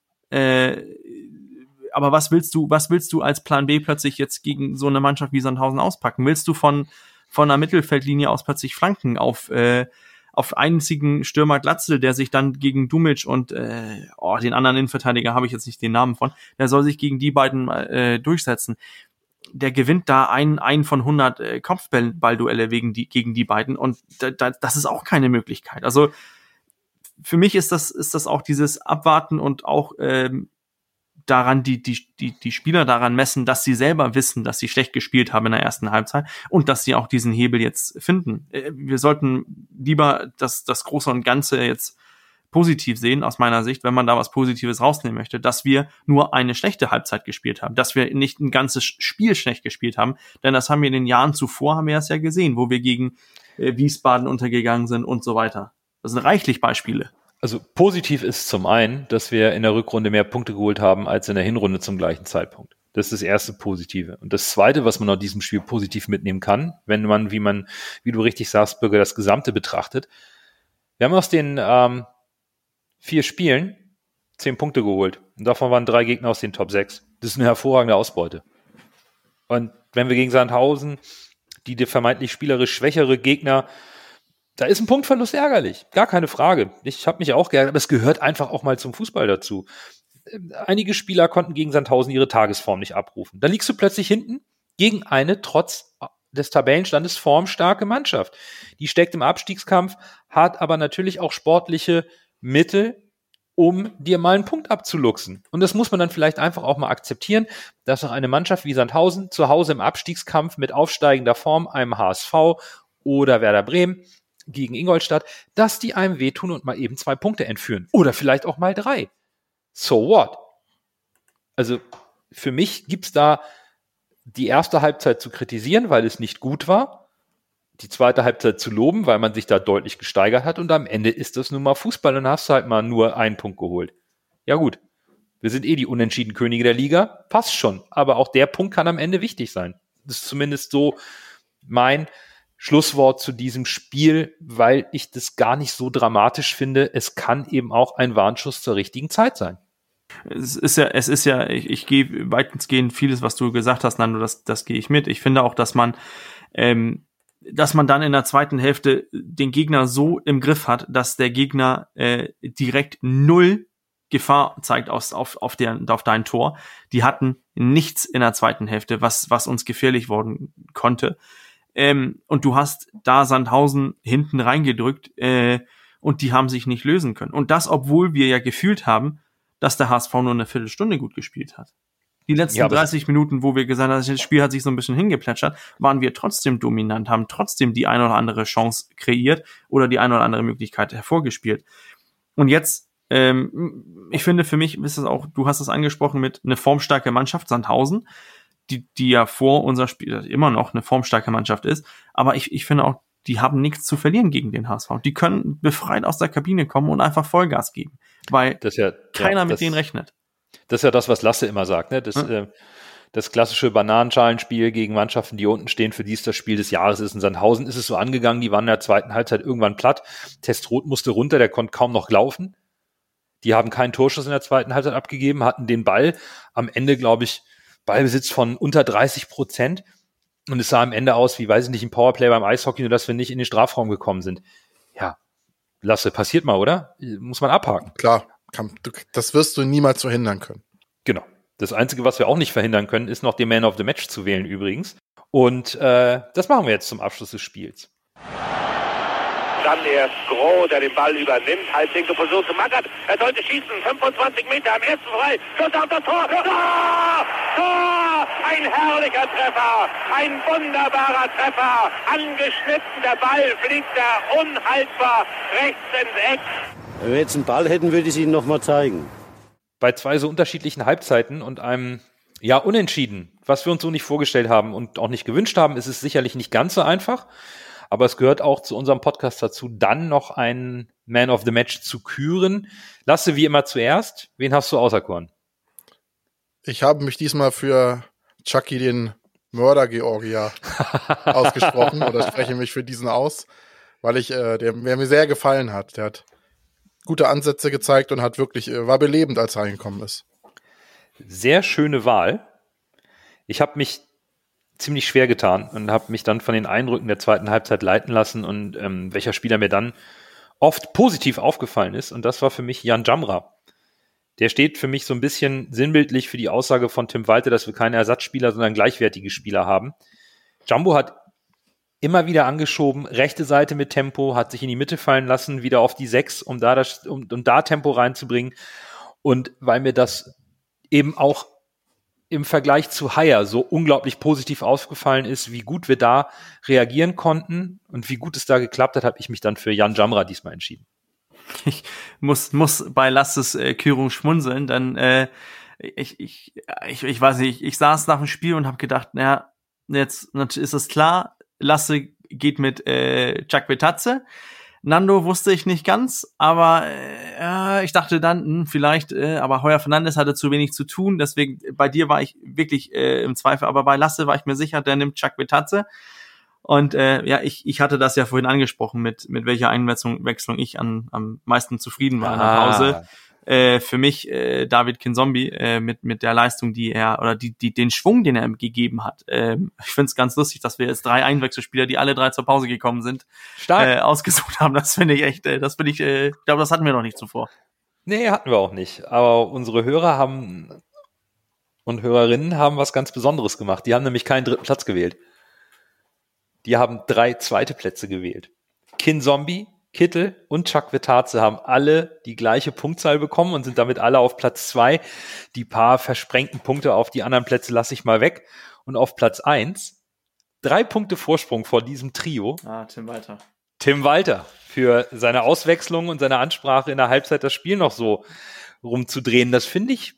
Aber was willst du als Plan B plötzlich jetzt gegen so eine Mannschaft wie Sandhausen auspacken? Willst du von der Mittelfeldlinie aus plötzlich Flanken auf einzigen Stürmer Glatzel, der sich dann gegen Dumic und den anderen Innenverteidiger habe ich jetzt nicht den Namen von, der soll sich gegen die beiden durchsetzen. Der gewinnt da einen von 100 Kopfballduelle gegen die beiden und das ist auch keine Möglichkeit. Also für mich ist das auch dieses Abwarten und auch daran die Spieler daran messen, dass sie selber wissen, dass sie schlecht gespielt haben in der ersten Halbzeit und dass sie auch diesen Hebel jetzt finden. Wir sollten lieber das Große und Ganze jetzt positiv sehen, aus meiner Sicht, wenn man da was Positives rausnehmen möchte, dass wir nur eine schlechte Halbzeit gespielt haben, dass wir nicht ein ganzes Spiel schlecht gespielt haben, denn das haben wir in den Jahren zuvor, haben wir das ja gesehen, wo wir gegen Wiesbaden untergegangen sind und so weiter. Das sind reichlich Beispiele. Also positiv ist zum einen, dass wir in der Rückrunde mehr Punkte geholt haben als in der Hinrunde zum gleichen Zeitpunkt. Das ist das erste Positive. Und das zweite, was man aus diesem Spiel positiv mitnehmen kann, wenn man, wie du richtig sagst, Bürger, das Gesamte betrachtet. Wir haben aus den 4 Spielen 10 Punkte geholt. Und davon waren 3 Gegner aus den Top 6. Das ist eine hervorragende Ausbeute. Und wenn wir gegen Sandhausen, die vermeintlich spielerisch schwächere Gegner, da ist ein Punktverlust ärgerlich, gar keine Frage. Ich habe mich auch geärgert, aber es gehört einfach auch mal zum Fußball dazu. Einige Spieler konnten gegen Sandhausen ihre Tagesform nicht abrufen. Dann liegst du plötzlich hinten gegen eine trotz des Tabellenstandes formstarke Mannschaft. Die steckt im Abstiegskampf, hat aber natürlich auch sportliche Mittel, um dir mal einen Punkt abzuluxen. Und das muss man dann vielleicht einfach auch mal akzeptieren, dass auch eine Mannschaft wie Sandhausen zu Hause im Abstiegskampf mit aufsteigender Form, einem HSV oder Werder Bremen gegen Ingolstadt, dass die einem wehtun und mal eben 2 Punkte entführen. Oder vielleicht auch mal 3. So what? Also für mich gibt's da die erste Halbzeit zu kritisieren, weil es nicht gut war, die zweite Halbzeit zu loben, weil man sich da deutlich gesteigert hat und am Ende ist das nun mal Fußball und dann hast du halt mal nur einen Punkt geholt. Ja gut, wir sind die unentschieden Könige der Liga, passt schon, aber auch der Punkt kann am Ende wichtig sein. Das ist zumindest so mein Schlusswort zu diesem Spiel, weil ich das gar nicht so dramatisch finde. Es kann eben auch ein Warnschuss zur richtigen Zeit sein. Es ist ja, ich gehe weitestgehend vieles, was du gesagt hast, Nando, das gehe ich mit. Ich finde auch, dass man dann in der zweiten Hälfte den Gegner so im Griff hat, dass der Gegner direkt 0 Gefahr zeigt auf dein Tor. Die hatten nichts in der zweiten Hälfte, was uns gefährlich worden konnte. Und du hast da Sandhausen hinten reingedrückt und die haben sich nicht lösen können. Und das, obwohl wir ja gefühlt haben, dass der HSV nur eine Viertelstunde gut gespielt hat. Die letzten 30 Minuten, wo wir gesagt haben, das Spiel hat sich so ein bisschen hingeplätschert, waren wir trotzdem dominant, haben trotzdem die eine oder andere Chance kreiert oder die eine oder andere Möglichkeit hervorgespielt. Und jetzt, ich finde, für mich ist es auch, du hast es angesprochen mit eine formstarke Mannschaft, Sandhausen, die ja vor unser Spiel immer noch eine formstarke Mannschaft ist, aber ich finde auch, die haben nichts zu verlieren gegen den HSV. Die können befreit aus der Kabine kommen und einfach Vollgas geben, weil keiner mit denen rechnet. Das ist ja das, was Lasse immer sagt, ne? Das klassische Bananenschalenspiel gegen Mannschaften, die unten stehen, für die es das Spiel des Jahres ist. In Sandhausen ist es so angegangen, die waren in der zweiten Halbzeit irgendwann platt. Testroth musste runter, der konnte kaum noch laufen. Die haben keinen Torschuss in der zweiten Halbzeit abgegeben, hatten den Ball am Ende, glaube ich, Ballbesitz von unter 30%. Und es sah am Ende aus wie, weiß ich nicht, ein Powerplay beim Eishockey, nur dass wir nicht in den Strafraum gekommen sind. Ja, Lasse, passiert mal, oder? Muss man abhaken. Klar, das wirst du niemals verhindern können. Genau. Das Einzige, was wir auch nicht verhindern können, ist noch den Man of the Match zu wählen übrigens. Und das machen wir jetzt zum Abschluss des Spiels. Dann erst Groh, der den Ball übernimmt. Halblinke Position zu Magath. Er sollte schießen. 25 Meter am ersten frei. Schuss auf das Tor. Tor! Tor! Ein herrlicher Treffer. Ein wunderbarer Treffer. Angeschnitten. Der Ball fliegt da unhaltbar rechts ins Eck. Wenn wir jetzt einen Ball hätten, würde ich es Ihnen nochmal zeigen. Bei 2 so unterschiedlichen Halbzeiten und einem Unentschieden, was wir uns so nicht vorgestellt haben und auch nicht gewünscht haben, ist es sicherlich nicht ganz so einfach. Aber es gehört auch zu unserem Podcast dazu, dann noch einen Man of the Match zu küren. Lasse wie immer zuerst. Wen hast du auserkoren? Ich habe mich diesmal für Chucky, den Mörder-Georgier, ausgesprochen oder spreche mich für diesen aus, weil der mir sehr gefallen hat. Der hat gute Ansätze gezeigt und hat wirklich, war belebend, als er reingekommen ist. Sehr schöne Wahl. Ich habe mich ziemlich schwer getan und habe mich dann von den Eindrücken der zweiten Halbzeit leiten lassen und welcher Spieler mir dann oft positiv aufgefallen ist. Und das war für mich Jan Jamra. Der steht für mich so ein bisschen sinnbildlich für die Aussage von Tim Walter, dass wir keine Ersatzspieler, sondern gleichwertige Spieler haben. Jambo hat immer wieder angeschoben, rechte Seite mit Tempo, hat sich in die Mitte fallen lassen, wieder auf die 6, um da Tempo reinzubringen. Und weil mir das eben auch im Vergleich zu Haier so unglaublich positiv aufgefallen ist, wie gut wir da reagieren konnten und wie gut es da geklappt hat, habe ich mich dann für Jan Jamra diesmal entschieden. Ich muss bei Lasses Kürung schmunzeln, denn ich weiß nicht, ich saß nach dem Spiel und habe gedacht, naja, jetzt ist es klar, Lasse geht mit Chuck Betazze. Nando wusste ich nicht ganz, aber ich dachte dann, vielleicht, aber Heuer Fernandes hatte zu wenig zu tun, deswegen bei dir war ich wirklich im Zweifel, aber bei Lasse war ich mir sicher, der nimmt Chuck Betazze. Und ich hatte das ja vorhin angesprochen, mit welcher Einwechslung ich am meisten zufrieden war in der Pause. Für mich David Kinzombie mit der Leistung, die er oder den Schwung, den er gegeben hat. Ich finde es ganz lustig, dass wir jetzt 3 Einwechselspieler, die alle 3 zur Pause gekommen sind, ausgesucht haben. Das finde ich echt, ich glaube, das hatten wir noch nicht zuvor. Nee, hatten wir auch nicht. Aber unsere Hörer und Hörerinnen haben was ganz Besonderes gemacht. Die haben nämlich keinen 3. Platz gewählt. Die haben 3 zweite Plätze gewählt. Kinzombie, Kittel und Chuck Vetazze haben alle die gleiche Punktzahl bekommen und sind damit alle auf Platz 2. Die paar versprengten Punkte auf die anderen Plätze lasse ich mal weg. Und auf Platz 1, 3 Punkte Vorsprung vor diesem Trio. Tim Walter. Tim Walter für seine Auswechslung und seine Ansprache in der Halbzeit das Spiel noch so rumzudrehen. Das finde ich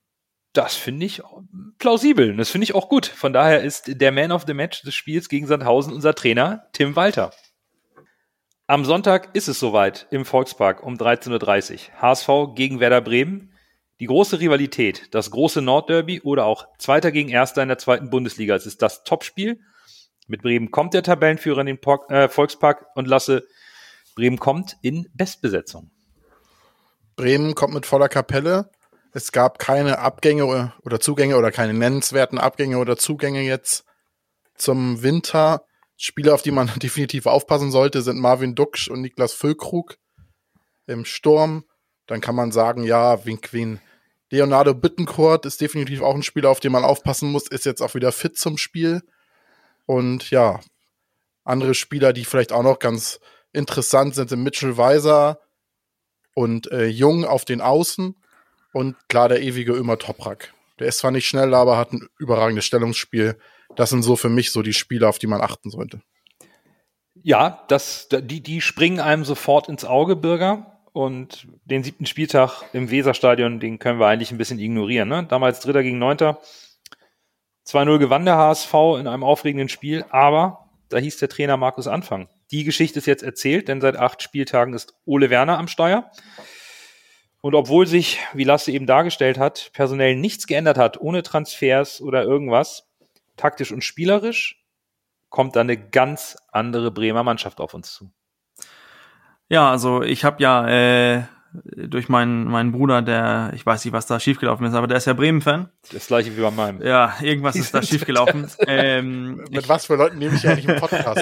plausibel. Das finde ich auch gut. Von daher ist der Man of the Match des Spiels gegen Sandhausen unser Trainer Tim Walter. Am Sonntag ist es soweit im Volkspark um 13:30 Uhr. HSV gegen Werder Bremen. Die große Rivalität, das große Nordderby oder auch Zweiter gegen Erster in der zweiten Bundesliga. Es ist das Topspiel. Mit Bremen kommt der Tabellenführer in den Volkspark und Lasse, Bremen kommt in Bestbesetzung. Bremen kommt mit voller Kapelle. Es gab keine Abgänge oder Zugänge oder keine nennenswerten Abgänge oder Zugänge jetzt zum Winter. Spieler, auf die man definitiv aufpassen sollte, sind Marvin Duksch und Niklas Füllkrug im Sturm. Dann kann man sagen, ja, Wink-Wien. Leonardo Bittencourt ist definitiv auch ein Spieler, auf den man aufpassen muss, ist jetzt auch wieder fit zum Spiel. Und ja, andere Spieler, die vielleicht auch noch ganz interessant sind Mitchell Weiser und Jung auf den Außen. Und klar, der ewige Ömer Toprak. Der ist zwar nicht schnell, aber hat ein überragendes Stellungsspiel. Das sind so für mich so die Spieler, auf die man achten sollte. Ja, die springen einem sofort ins Auge, Bürger. Und den 7. Spieltag im Weserstadion, den können wir eigentlich ein bisschen ignorieren. Ne? Damals 3. gegen 9. 2-0 gewann der HSV in einem aufregenden Spiel, aber da hieß der Trainer Markus Anfang. Die Geschichte ist jetzt erzählt, denn seit 8 Spieltagen ist Ole Werner am Steuer. Und obwohl sich, wie Lasse eben dargestellt hat, personell nichts geändert hat, ohne Transfers oder irgendwas, taktisch und spielerisch, kommt da eine ganz andere Bremer Mannschaft auf uns zu. Ja, also ich habe ja durch meinen Bruder, ich weiß nicht, was da schiefgelaufen ist, aber der ist ja Bremen-Fan. Das gleiche wie bei meinem. Ja, irgendwas ist da schiefgelaufen. Mit was für Leuten nehme ich ja nicht im Podcast?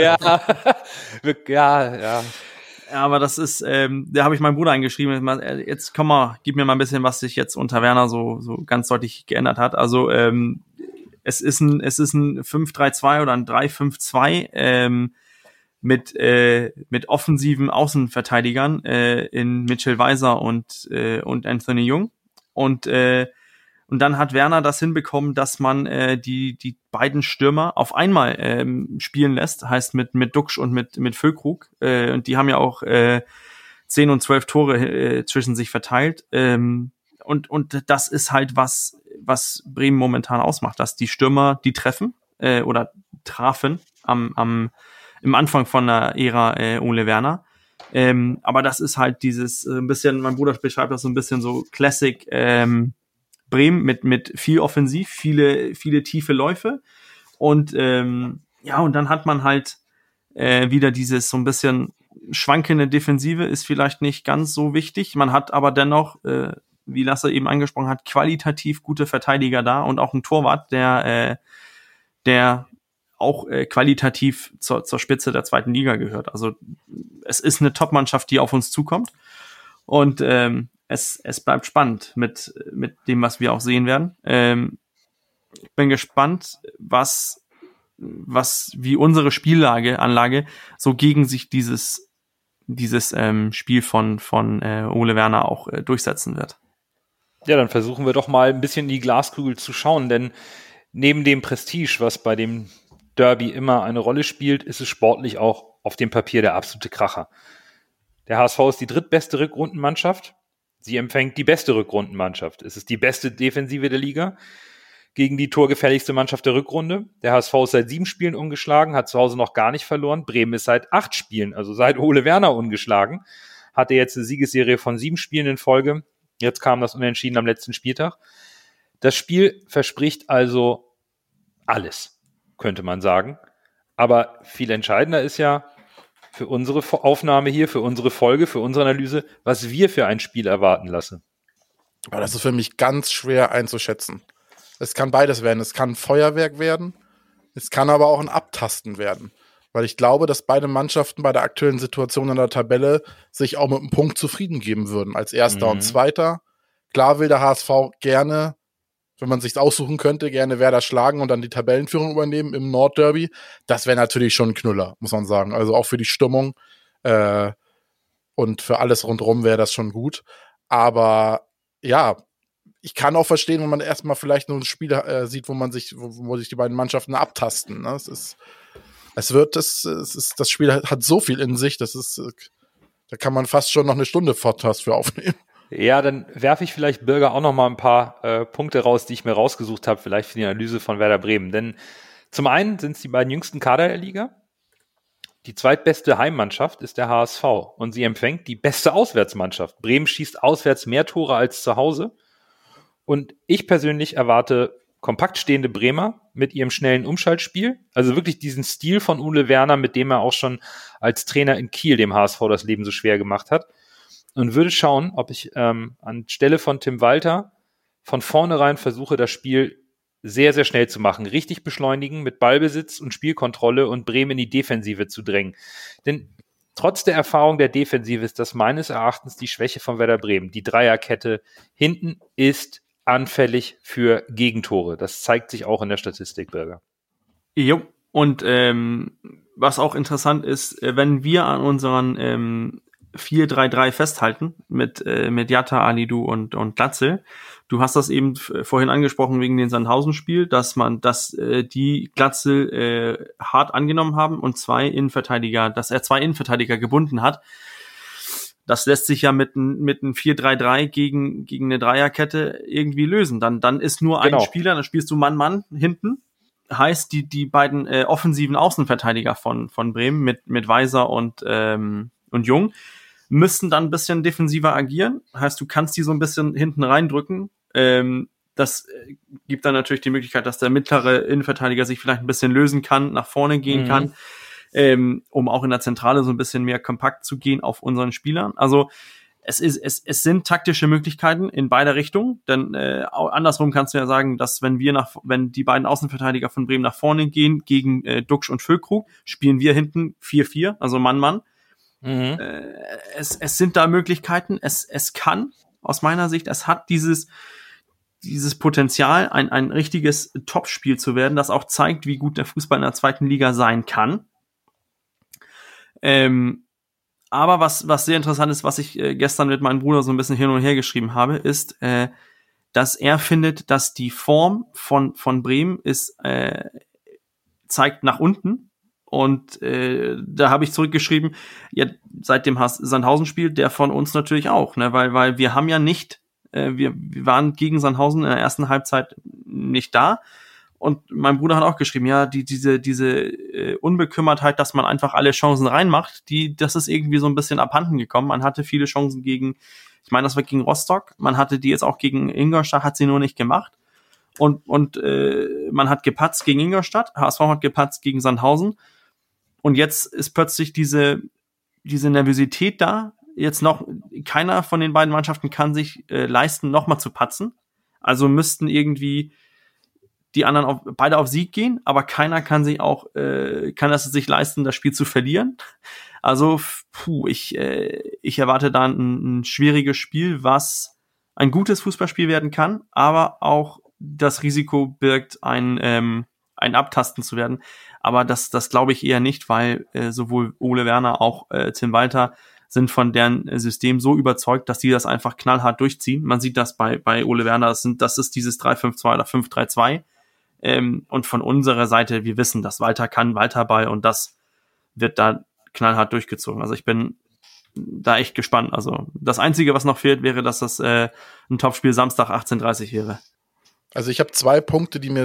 ja. Aber das ist, da habe ich meinen Bruder eingeschrieben, jetzt komm mal, gib mir mal ein bisschen, was sich jetzt unter Werner so ganz deutlich geändert hat. Also es ist ein 5-3-2 oder ein 3-5-2 mit offensiven Außenverteidigern in Mitchell Weiser und Anthony Jung. Und dann hat Werner das hinbekommen, dass man die beiden Stürmer auf einmal spielen lässt, heißt mit Duksch und mit Füllkrug. Und die haben ja auch 10 und 12 Tore zwischen sich verteilt. Und das ist halt was Bremen momentan ausmacht, dass die Stürmer die treffen oder trafen im Anfang von der Ära Ole Werner. Aber das ist halt dieses ein bisschen, mein Bruder beschreibt das so ein bisschen so Classic Bremen mit viel Offensiv, viele tiefe Läufe und und dann hat man halt wieder dieses so ein bisschen schwankende Defensive, ist vielleicht nicht ganz so wichtig. Man hat aber dennoch, wie Lasse eben angesprochen hat, qualitativ gute Verteidiger da und auch ein Torwart, der auch qualitativ zur Spitze der zweiten Liga gehört. Also es ist eine Top-Mannschaft, die auf uns zukommt und es bleibt spannend mit dem, was wir auch sehen werden. Ich bin gespannt, wie unsere Anlage so gegen sich dieses Spiel von Ole Werner auch durchsetzen wird. Ja, dann versuchen wir doch mal ein bisschen in die Glaskugel zu schauen, denn neben dem Prestige, was bei dem Derby immer eine Rolle spielt, ist es sportlich auch auf dem Papier der absolute Kracher. Der HSV ist die drittbeste Rückrundenmannschaft. Sie empfängt die beste Rückrundenmannschaft. Es ist die beste Defensive der Liga gegen die torgefährlichste Mannschaft der Rückrunde. Der HSV ist seit 7 Spielen ungeschlagen, hat zu Hause noch gar nicht verloren. Bremen ist seit 8 Spielen, also seit Ole Werner ungeschlagen. Hatte jetzt eine Siegesserie von 7 Spielen in Folge. Jetzt kam das Unentschieden am letzten Spieltag. Das Spiel verspricht also alles, könnte man sagen. Aber viel entscheidender ist ja für unsere Aufnahme hier, für unsere Folge, für unsere Analyse, was wir für ein Spiel erwarten lassen. Aber das ist für mich ganz schwer einzuschätzen. Es kann beides werden. Es kann ein Feuerwerk werden, es kann aber auch ein Abtasten werden. Weil ich glaube, dass beide Mannschaften bei der aktuellen Situation in der Tabelle sich auch mit einem Punkt zufrieden geben würden, als Erster und Zweiter. Klar will der HSV gerne, wenn man sich's aussuchen könnte, gerne Werder schlagen und dann die Tabellenführung übernehmen im Nordderby. Das wäre natürlich schon ein Knüller, muss man sagen. Also auch für die Stimmung. Und für alles rundherum wäre das schon gut. Aber ja, ich kann auch verstehen, wenn man erstmal vielleicht nur ein Spiel sieht, wo sich die beiden Mannschaften abtasten. Ne? Das Spiel hat so viel in sich, da kann man fast schon noch eine Stunde Podcast für aufnehmen. Ja, dann werfe ich vielleicht Bürger auch noch mal ein paar Punkte raus, die ich mir rausgesucht habe, vielleicht für die Analyse von Werder Bremen. Denn zum einen sind es die beiden jüngsten Kader der Liga. Die zweitbeste Heimmannschaft ist der HSV und sie empfängt die beste Auswärtsmannschaft. Bremen schießt auswärts mehr Tore als zu Hause. Und ich persönlich erwarte kompakt stehende Bremer mit ihrem schnellen Umschaltspiel. Also wirklich diesen Stil von Ole Werner, mit dem er auch schon als Trainer in Kiel dem HSV das Leben so schwer gemacht hat. Und würde schauen, ob ich anstelle von Tim Walter von vornherein versuche, das Spiel sehr, sehr schnell zu machen. Richtig beschleunigen mit Ballbesitz und Spielkontrolle und Bremen in die Defensive zu drängen. Denn trotz der Erfahrung der Defensive ist das meines Erachtens die Schwäche von Werder Bremen. Die Dreierkette hinten ist anfällig für Gegentore. Das zeigt sich auch in der Statistik, Bürger. Jo, und was auch interessant ist, wenn wir an unseren 4-3-3 festhalten mit Jatta, Alidou und Glatzel. Du hast das eben vorhin angesprochen wegen dem Sandhausen-Spiel, dass die Glatzel hart angenommen haben und dass er zwei Innenverteidiger gebunden hat. Das lässt sich ja mit einem 4-3-3 gegen eine Dreierkette irgendwie lösen. Dann ist nur ein Spieler, dann spielst du Mann hinten. Heißt, die beiden offensiven Außenverteidiger von Bremen mit Weiser und Jung müssten dann ein bisschen defensiver agieren. Heißt, du kannst die so ein bisschen hinten reindrücken. Das gibt dann natürlich die Möglichkeit, dass der mittlere Innenverteidiger sich vielleicht ein bisschen lösen kann, nach vorne gehen kann, um auch in der Zentrale so ein bisschen mehr kompakt zu gehen auf unseren Spielern. Also es sind taktische Möglichkeiten in beide Richtungen, denn andersrum kannst du ja sagen, dass wenn die beiden Außenverteidiger von Bremen nach vorne gehen gegen Duxch und Füllkrug, spielen wir hinten 4-4, also Mann. Es sind da Möglichkeiten, es kann, aus meiner Sicht, es hat dieses Potenzial, ein richtiges Topspiel zu werden, das auch zeigt, wie gut der Fußball in der zweiten Liga sein kann. Aber was sehr interessant ist, was ich gestern mit meinem Bruder so ein bisschen hin und her geschrieben habe, ist, dass er findet, dass die Form von Bremen zeigt nach unten. Und da habe ich zurückgeschrieben, ja, seit dem Sandhausen-Spiel, der von uns natürlich auch, ne, weil wir haben ja nicht, wir waren gegen Sandhausen in der ersten Halbzeit nicht da. Und mein Bruder hat auch geschrieben, ja, diese Unbekümmertheit, dass man einfach alle Chancen reinmacht, das ist irgendwie so ein bisschen abhanden gekommen. Man hatte viele Chancen ich meine, das war gegen Rostock, man hatte die jetzt auch gegen Ingolstadt, hat sie nur nicht gemacht. Und man hat gepatzt gegen Ingolstadt, HSV hat gepatzt gegen Sandhausen. Und jetzt ist plötzlich diese Nervosität da. Jetzt noch, keiner von den beiden Mannschaften kann sich leisten, nochmal zu patzen. Also müssten irgendwie die anderen beide auf Sieg gehen, aber keiner kann es sich leisten, das Spiel zu verlieren. Also, ich erwarte da ein schwieriges Spiel, was ein gutes Fußballspiel werden kann, aber auch das Risiko birgt, ein Abtasten zu werden. Aber das glaube ich eher nicht, weil sowohl Ole Werner auch Tim Walter sind von deren System so überzeugt, dass die das einfach knallhart durchziehen. Man sieht das bei Ole Werner, das ist dieses 3-5-2 oder 5-3-2. Und von unserer Seite, wir wissen, dass Walter kann, Walter Ball, und das wird da knallhart durchgezogen. Also ich bin da echt gespannt. Also das Einzige, was noch fehlt, wäre, dass das ein Topspiel Samstag 18:30 wäre. Also ich habe 3 Punkte, die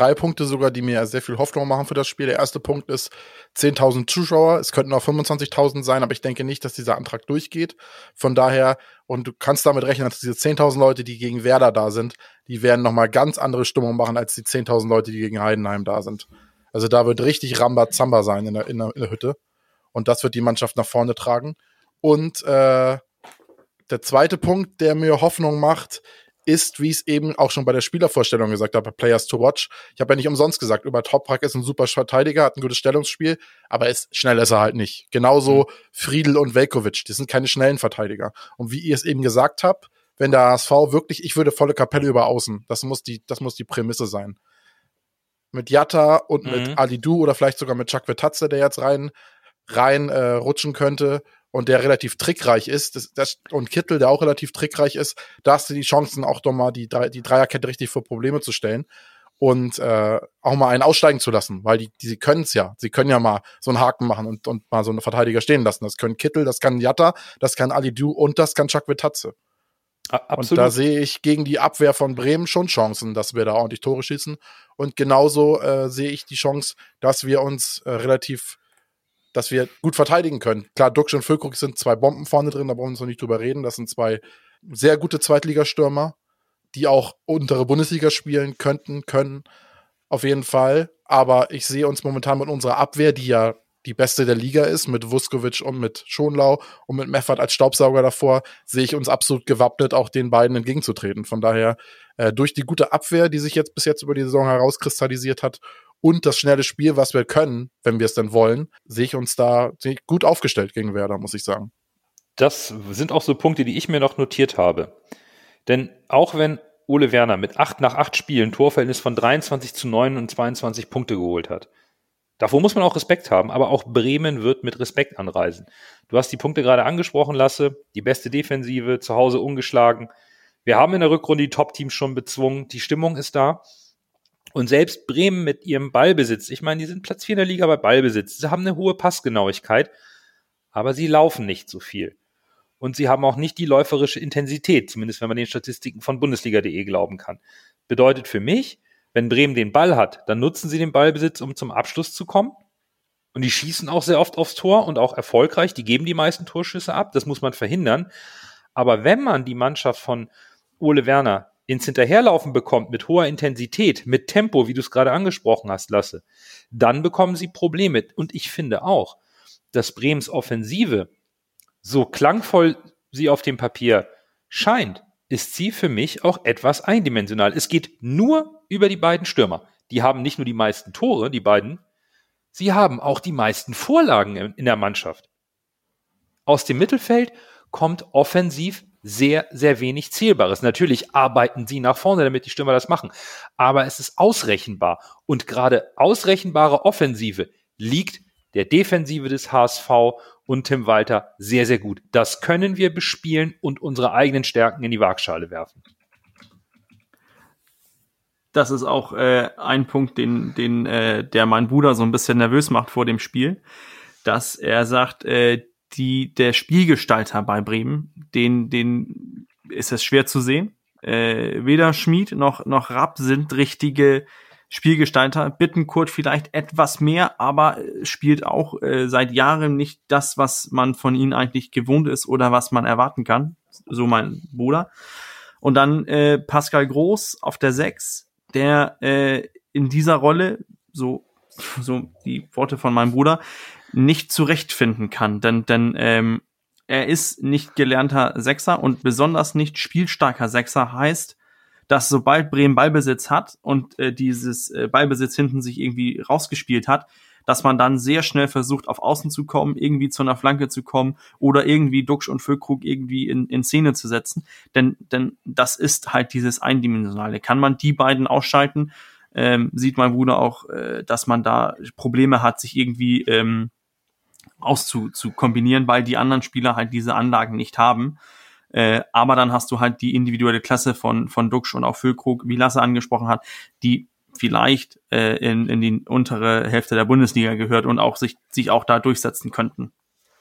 mir sehr viel Hoffnung machen für das Spiel. Der erste Punkt ist 10.000 Zuschauer. Es könnten auch 25.000 sein, aber ich denke nicht, dass dieser Antrag durchgeht. Von daher, und du kannst damit rechnen, dass diese 10.000 Leute, die gegen Werder da sind, die werden nochmal ganz andere Stimmung machen als die 10.000 Leute, die gegen Heidenheim da sind. Also da wird richtig Rambazamba sein in der Hütte. Und das wird die Mannschaft nach vorne tragen. Und der zweite Punkt, der mir Hoffnung macht, ist, wie ich es eben auch schon bei der Spielervorstellung gesagt habe, bei Players to Watch. Ich habe ja nicht umsonst gesagt, über Toprak ist ein super Verteidiger, hat ein gutes Stellungsspiel, aber schnell ist er halt nicht. Genauso Friedl und Veljkovic, die sind keine schnellen Verteidiger. Und wie ihr es eben gesagt habt, wenn der HSV wirklich, ich würde volle Kapelle über außen, das muss die Prämisse sein. Mit Jatta und mit Alidou oder vielleicht sogar mit Chakvetadze, der jetzt rein rutschen könnte, und der relativ trickreich ist, und Kittel, der auch relativ trickreich ist, da hast du die Chancen, auch doch mal die Dreierkette richtig vor Probleme zu stellen und auch mal einen aussteigen zu lassen, weil die können es ja. Sie können ja mal so einen Haken machen und mal so einen Verteidiger stehen lassen. Das können Kittel, das kann Jatta, das kann Alidu und das kann Chakvetadze. Absolut. Und da sehe ich gegen die Abwehr von Bremen schon Chancen, dass wir da ordentlich Tore schießen. Und genauso sehe ich die Chance, dass wir uns dass wir gut verteidigen können. Klar, Duxch und Füllkrug sind 2 Bomben vorne drin, da brauchen wir uns noch nicht drüber reden. Das sind 2 sehr gute Zweitligastürmer, die auch untere Bundesliga spielen können, auf jeden Fall. Aber ich sehe uns momentan mit unserer Abwehr, die ja die beste der Liga ist, mit Vuskovic und mit Schonlau und mit Meffert als Staubsauger davor, sehe ich uns absolut gewappnet, auch den beiden entgegenzutreten. Von daher, durch die gute Abwehr, die sich bis jetzt über die Saison herauskristallisiert hat, und das schnelle Spiel, was wir können, wenn wir es denn wollen, sehe ich uns da gut aufgestellt gegen Werder, muss ich sagen. Das sind auch so Punkte, die ich mir noch notiert habe. Denn auch wenn Ole Werner mit 8 nach 8 Spielen Torverhältnis von 23:9 und 22 Punkte geholt hat, davor muss man auch Respekt haben, aber auch Bremen wird mit Respekt anreisen. Du hast die Punkte gerade angesprochen, Lasse, die beste Defensive, zu Hause ungeschlagen. Wir haben in der Rückrunde die Top-Teams schon bezwungen, die Stimmung ist da. Und selbst Bremen mit ihrem Ballbesitz, ich meine, die sind Platz 4 in der Liga bei Ballbesitz, sie haben eine hohe Passgenauigkeit, aber sie laufen nicht so viel. Und sie haben auch nicht die läuferische Intensität, zumindest wenn man den Statistiken von Bundesliga.de glauben kann. Bedeutet für mich, wenn Bremen den Ball hat, dann nutzen sie den Ballbesitz, um zum Abschluss zu kommen. Und die schießen auch sehr oft aufs Tor und auch erfolgreich. Die geben die meisten Torschüsse ab. Das muss man verhindern. Aber wenn man die Mannschaft von Ole Werner ins Hinterherlaufen bekommt mit hoher Intensität, mit Tempo, wie du es gerade angesprochen hast, Lasse, dann bekommen sie Probleme. Und ich finde auch, dass Bremens Offensive, so klangvoll sie auf dem Papier scheint, ist sie für mich auch etwas eindimensional. Es geht nur über die beiden Stürmer. Die haben nicht nur die meisten Tore, die beiden, sie haben auch die meisten Vorlagen in der Mannschaft. Aus dem Mittelfeld kommt offensiv sehr, sehr wenig Zählbares. Natürlich arbeiten sie nach vorne, damit die Stürmer das machen. Aber es ist ausrechenbar. Und gerade ausrechenbare Offensive liegt der Defensive des HSV und Tim Walter sehr, sehr gut. Das können wir bespielen und unsere eigenen Stärken in die Waagschale werfen. Das ist auch ein Punkt, der mein Bruder so ein bisschen nervös macht vor dem Spiel, dass er sagt, der Spielgestalter bei Bremen, den ist es schwer zu sehen. Weder Schmid noch Rapp sind richtige Spielgestalter. Bittencourt vielleicht etwas mehr, aber spielt auch seit Jahren nicht das, was man von ihnen eigentlich gewohnt ist oder was man erwarten kann. So mein Bruder. Und dann Pascal Groß auf der 6, der in dieser Rolle, so die Worte von meinem Bruder, nicht zurechtfinden kann, denn er ist nicht gelernter Sechser und besonders nicht spielstarker Sechser, heißt, dass sobald Bremen Ballbesitz hat und dieses Ballbesitz hinten sich irgendwie rausgespielt hat, dass man dann sehr schnell versucht, auf Außen zu kommen, irgendwie zu einer Flanke zu kommen oder irgendwie Duxch und Füllkrug irgendwie in Szene zu setzen, denn das ist halt dieses Eindimensionale. Kann man die beiden ausschalten, sieht mein Bruder auch, dass man da Probleme hat, sich irgendwie zu kombinieren, weil die anderen Spieler halt diese Anlagen nicht haben. Aber dann hast du halt die individuelle Klasse von Duxch und auch Füllkrug, wie Lasse angesprochen hat, die vielleicht in die untere Hälfte der Bundesliga gehört und auch sich auch da durchsetzen könnten.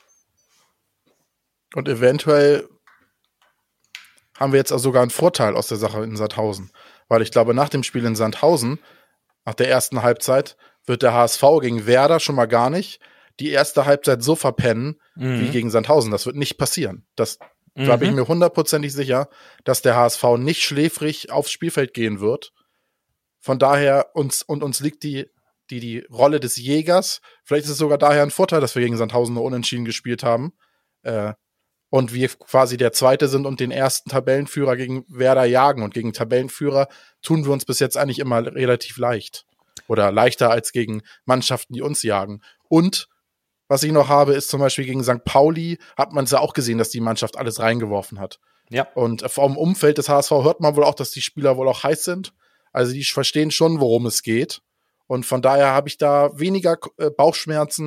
Und eventuell haben wir jetzt auch sogar einen Vorteil aus der Sache in Sandhausen. Weil ich glaube, nach dem Spiel in Sandhausen, nach der ersten Halbzeit, wird der HSV gegen Werder schon mal gar nicht die erste Halbzeit so verpennen wie gegen Sandhausen. Das wird nicht passieren. Da bin ich mir 100% sicher, dass der HSV nicht schläfrig aufs Spielfeld gehen wird. Von daher, uns liegt die Rolle des Jägers. Vielleicht ist es sogar daher ein Vorteil, dass wir gegen Sandhausen nur unentschieden gespielt haben. Und wir quasi der Zweite sind und den ersten Tabellenführer gegen Werder jagen. Und gegen Tabellenführer tun wir uns bis jetzt eigentlich immer relativ leicht. Oder leichter als gegen Mannschaften, die uns jagen. Und was ich noch habe, ist zum Beispiel gegen St. Pauli, hat man es ja auch gesehen, dass die Mannschaft alles reingeworfen hat. Ja. Und vom Umfeld des HSV hört man wohl auch, dass die Spieler wohl auch heiß sind. Also die verstehen schon, worum es geht. Und von daher habe ich da weniger Bauchschmerzen,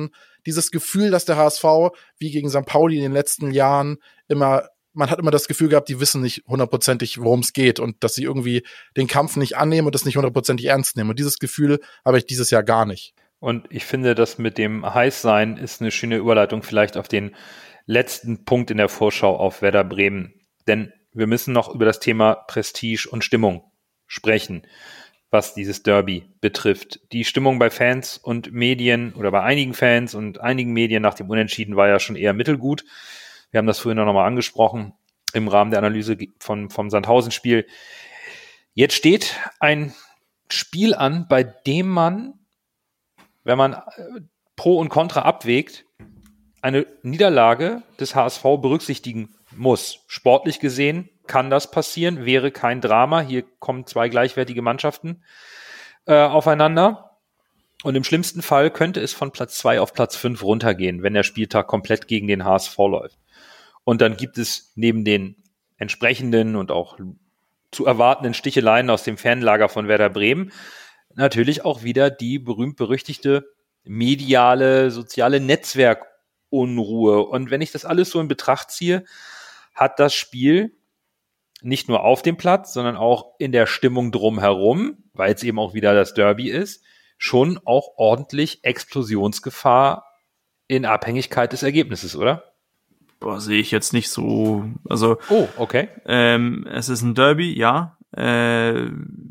dieses Gefühl, dass der HSV, wie gegen St. Pauli in den letzten Jahren, man hat immer das Gefühl gehabt, die wissen nicht hundertprozentig, worum es geht und dass sie irgendwie den Kampf nicht annehmen und das nicht hundertprozentig ernst nehmen. Und dieses Gefühl habe ich dieses Jahr gar nicht. Und ich finde, das mit dem Heißsein ist eine schöne Überleitung vielleicht auf den letzten Punkt in der Vorschau auf Werder Bremen. Denn wir müssen noch über das Thema Prestige und Stimmung sprechen, was dieses Derby betrifft. Die Stimmung bei Fans und Medien oder bei einigen Fans und einigen Medien nach dem Unentschieden war ja schon eher mittelgut. Wir haben das vorhin noch mal angesprochen im Rahmen der Analyse vom Sandhausen-Spiel. Jetzt steht ein Spiel an, bei dem man, wenn man Pro und Contra abwägt, eine Niederlage des HSV berücksichtigen muss. Sportlich gesehen kann das passieren, wäre kein Drama. Hier kommen zwei gleichwertige Mannschaften aufeinander. Und im schlimmsten Fall könnte es von Platz 2 auf Platz 5 runtergehen, wenn der Spieltag komplett gegen den HSV läuft. Und dann gibt es neben den entsprechenden und auch zu erwartenden Sticheleien aus dem Fanlager von Werder Bremen natürlich auch wieder die berühmt-berüchtigte mediale, soziale Netzwerkunruhe. Und wenn ich das alles so in Betracht ziehe, hat das Spiel nicht nur auf dem Platz, sondern auch in der Stimmung drumherum, weil es eben auch wieder das Derby ist, schon auch ordentlich Explosionsgefahr in Abhängigkeit des Ergebnisses, oder? Boah, sehe ich jetzt nicht so. Also, okay. Es ist ein Derby, ja. Eine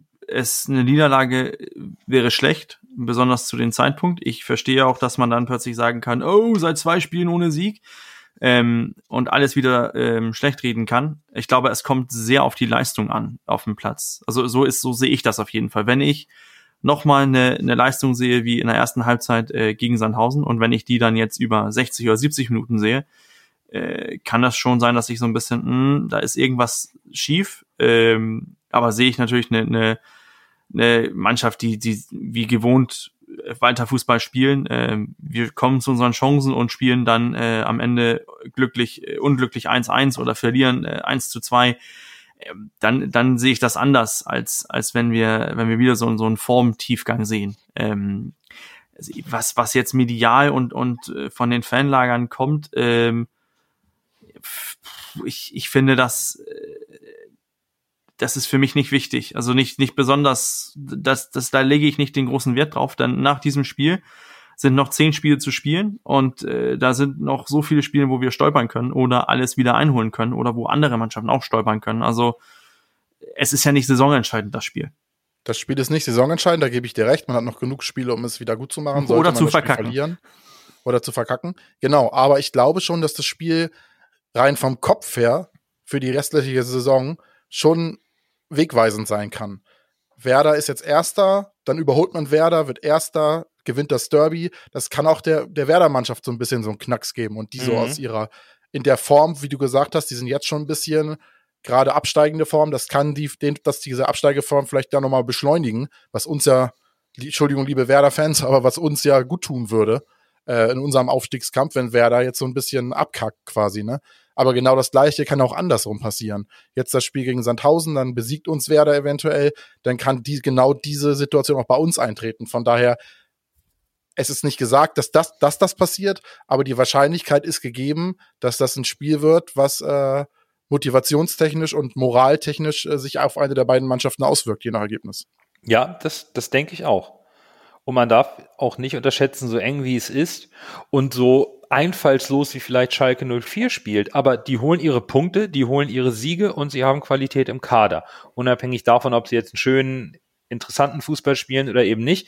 Niederlage wäre schlecht, besonders zu dem Zeitpunkt. Ich verstehe auch, dass man dann plötzlich sagen kann, seit 2 Spielen ohne Sieg und alles wieder schlecht reden kann. Ich glaube, es kommt sehr auf die Leistung an auf dem Platz. Also so sehe ich das auf jeden Fall. Wenn ich nochmal eine Leistung sehe wie in der ersten Halbzeit gegen Sandhausen und wenn ich die dann jetzt über 60 oder 70 Minuten sehe, kann das schon sein, dass ich so ein bisschen, da ist irgendwas schief, aber sehe ich natürlich eine Mannschaft, die wie gewohnt weiter Fußball spielen. Wir kommen zu unseren Chancen und spielen dann am Ende unglücklich 1-1 oder verlieren 1-2. Dann sehe ich das anders, als wenn wir wieder so einen Formtiefgang sehen. Was jetzt medial und von den Fanlagern kommt, ich finde, das ist für mich nicht wichtig. Also nicht besonders, da lege ich nicht den großen Wert drauf, denn nach diesem Spiel sind noch 10 Spiele zu spielen und da sind noch so viele Spiele, wo wir stolpern können oder alles wieder einholen können oder wo andere Mannschaften auch stolpern können. Also es ist ja nicht saisonentscheidend, das Spiel. Das Spiel ist nicht saisonentscheidend, da gebe ich dir recht. Man hat noch genug Spiele, um es wieder gut zu machen. Oder zu verkacken. Verlieren. Oder zu verkacken. Genau, aber ich glaube schon, dass das Spiel rein vom Kopf her für die restliche Saison schon wegweisend sein kann. Werder ist jetzt Erster, dann überholt man Werder, wird Erster, gewinnt das Derby. Das kann auch der Werder-Mannschaft so ein bisschen so einen Knacks geben und die so aus in der Form, wie du gesagt hast, die sind jetzt schon ein bisschen gerade absteigende Form, das kann diese Absteigeform vielleicht da nochmal beschleunigen, was uns ja, Entschuldigung, liebe Werder-Fans, aber was uns ja gut tun würde in unserem Aufstiegskampf, wenn Werder jetzt so ein bisschen abkackt quasi, ne? Aber genau das Gleiche kann auch andersrum passieren. Jetzt das Spiel gegen Sandhausen, dann besiegt uns Werder eventuell, dann kann genau diese Situation auch bei uns eintreten. Von daher, es ist nicht gesagt, dass das passiert, aber die Wahrscheinlichkeit ist gegeben, dass das ein Spiel wird, was motivationstechnisch und moraltechnisch sich auf eine der beiden Mannschaften auswirkt, je nach Ergebnis. Ja, das denke ich auch. Und man darf auch nicht unterschätzen, so eng wie es ist und so einfallslos wie vielleicht Schalke 04 spielt, aber die holen ihre Punkte, die holen ihre Siege und sie haben Qualität im Kader. Unabhängig davon, ob sie jetzt einen schönen, interessanten Fußball spielen oder eben nicht.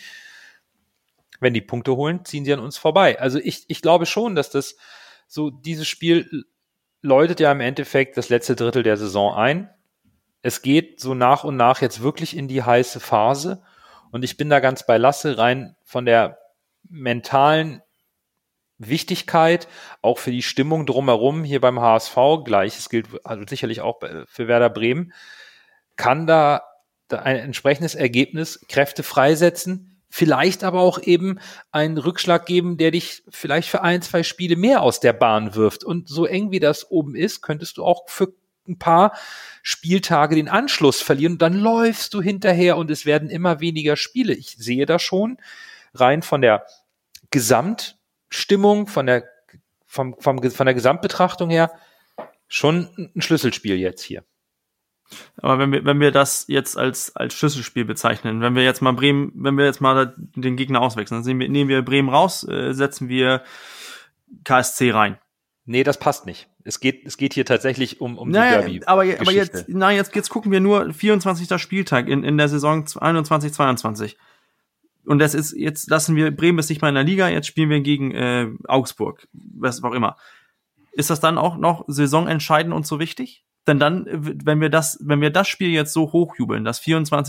Wenn die Punkte holen, ziehen sie an uns vorbei. Also ich glaube schon, dass das so, dieses Spiel läutet ja im Endeffekt das letzte Drittel der Saison ein. Es geht so nach und nach jetzt wirklich in die heiße Phase. Und ich bin da ganz bei Lasse, rein von der mentalen Wichtigkeit, auch für die Stimmung drumherum hier beim HSV, Gleiches gilt also sicherlich auch für Werder Bremen, kann da ein entsprechendes Ergebnis Kräfte freisetzen, vielleicht aber auch eben einen Rückschlag geben, der dich vielleicht für 1-2 Spiele mehr aus der Bahn wirft. Und so eng wie das oben ist, könntest du auch für ein paar Spieltage den Anschluss verlieren und dann läufst du hinterher und es werden immer weniger Spiele. Ich sehe da schon rein von der Gesamtleistung Stimmung, von der Gesamtbetrachtung her schon ein Schlüsselspiel jetzt hier. Aber wenn wir das jetzt als Schlüsselspiel bezeichnen, wenn wir jetzt mal den Gegner auswechseln, dann nehmen wir Bremen raus, setzen wir KSC rein. Nee, das passt nicht. Es geht hier tatsächlich um die Derby. Aber jetzt gucken wir nur 24. Spieltag in der Saison 21/22. Und jetzt lassen wir Bremen ist nicht mal in der Liga, jetzt spielen wir gegen Augsburg, was auch immer. Ist das dann auch noch saisonentscheidend und so wichtig? Denn dann, wenn wir das Spiel jetzt so hochjubeln, den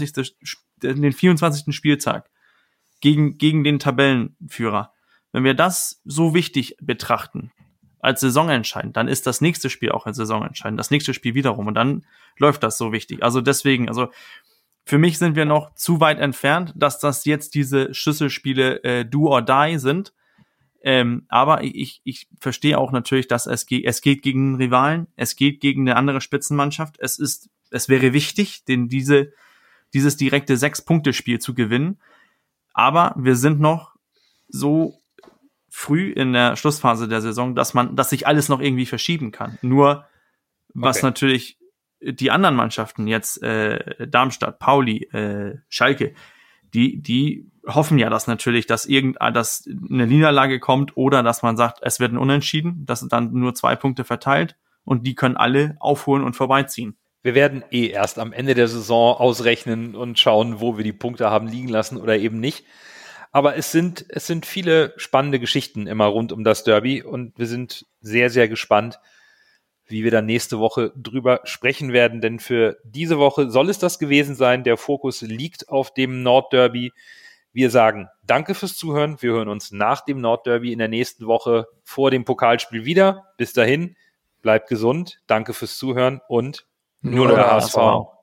24. Spieltag gegen den Tabellenführer, wenn wir das so wichtig betrachten, als saisonentscheidend, dann ist das nächste Spiel auch als saisonentscheidend, das nächste Spiel wiederum und dann läuft das so wichtig. Also deswegen, für mich sind wir noch zu weit entfernt, dass das jetzt diese Schlüsselspiele do or die sind. Aber ich verstehe auch natürlich, dass es geht gegen einen Rivalen, es geht gegen eine andere Spitzenmannschaft. Es wäre wichtig, dieses direkte 6-Punkte-Spiel zu gewinnen. Aber wir sind noch so früh in der Schlussphase der Saison, dass sich alles noch irgendwie verschieben kann. Nur, was natürlich die anderen Mannschaften jetzt, Darmstadt, Pauli, Schalke, die hoffen ja, dass natürlich, dass eine Niederlage kommt oder dass man sagt, es wird ein Unentschieden, dass es dann nur 2 Punkte verteilt und die können alle aufholen und vorbeiziehen. Wir werden erst am Ende der Saison ausrechnen und schauen, wo wir die Punkte haben liegen lassen oder eben nicht. Aber es sind viele spannende Geschichten immer rund um das Derby und wir sind sehr, sehr gespannt, wie wir dann nächste Woche drüber sprechen werden, denn für diese Woche soll es das gewesen sein. Der Fokus liegt auf dem Nordderby. Wir sagen danke fürs Zuhören. Wir hören uns nach dem Nordderby in der nächsten Woche vor dem Pokalspiel wieder. Bis dahin, bleibt gesund. Danke fürs Zuhören und nur der HSV.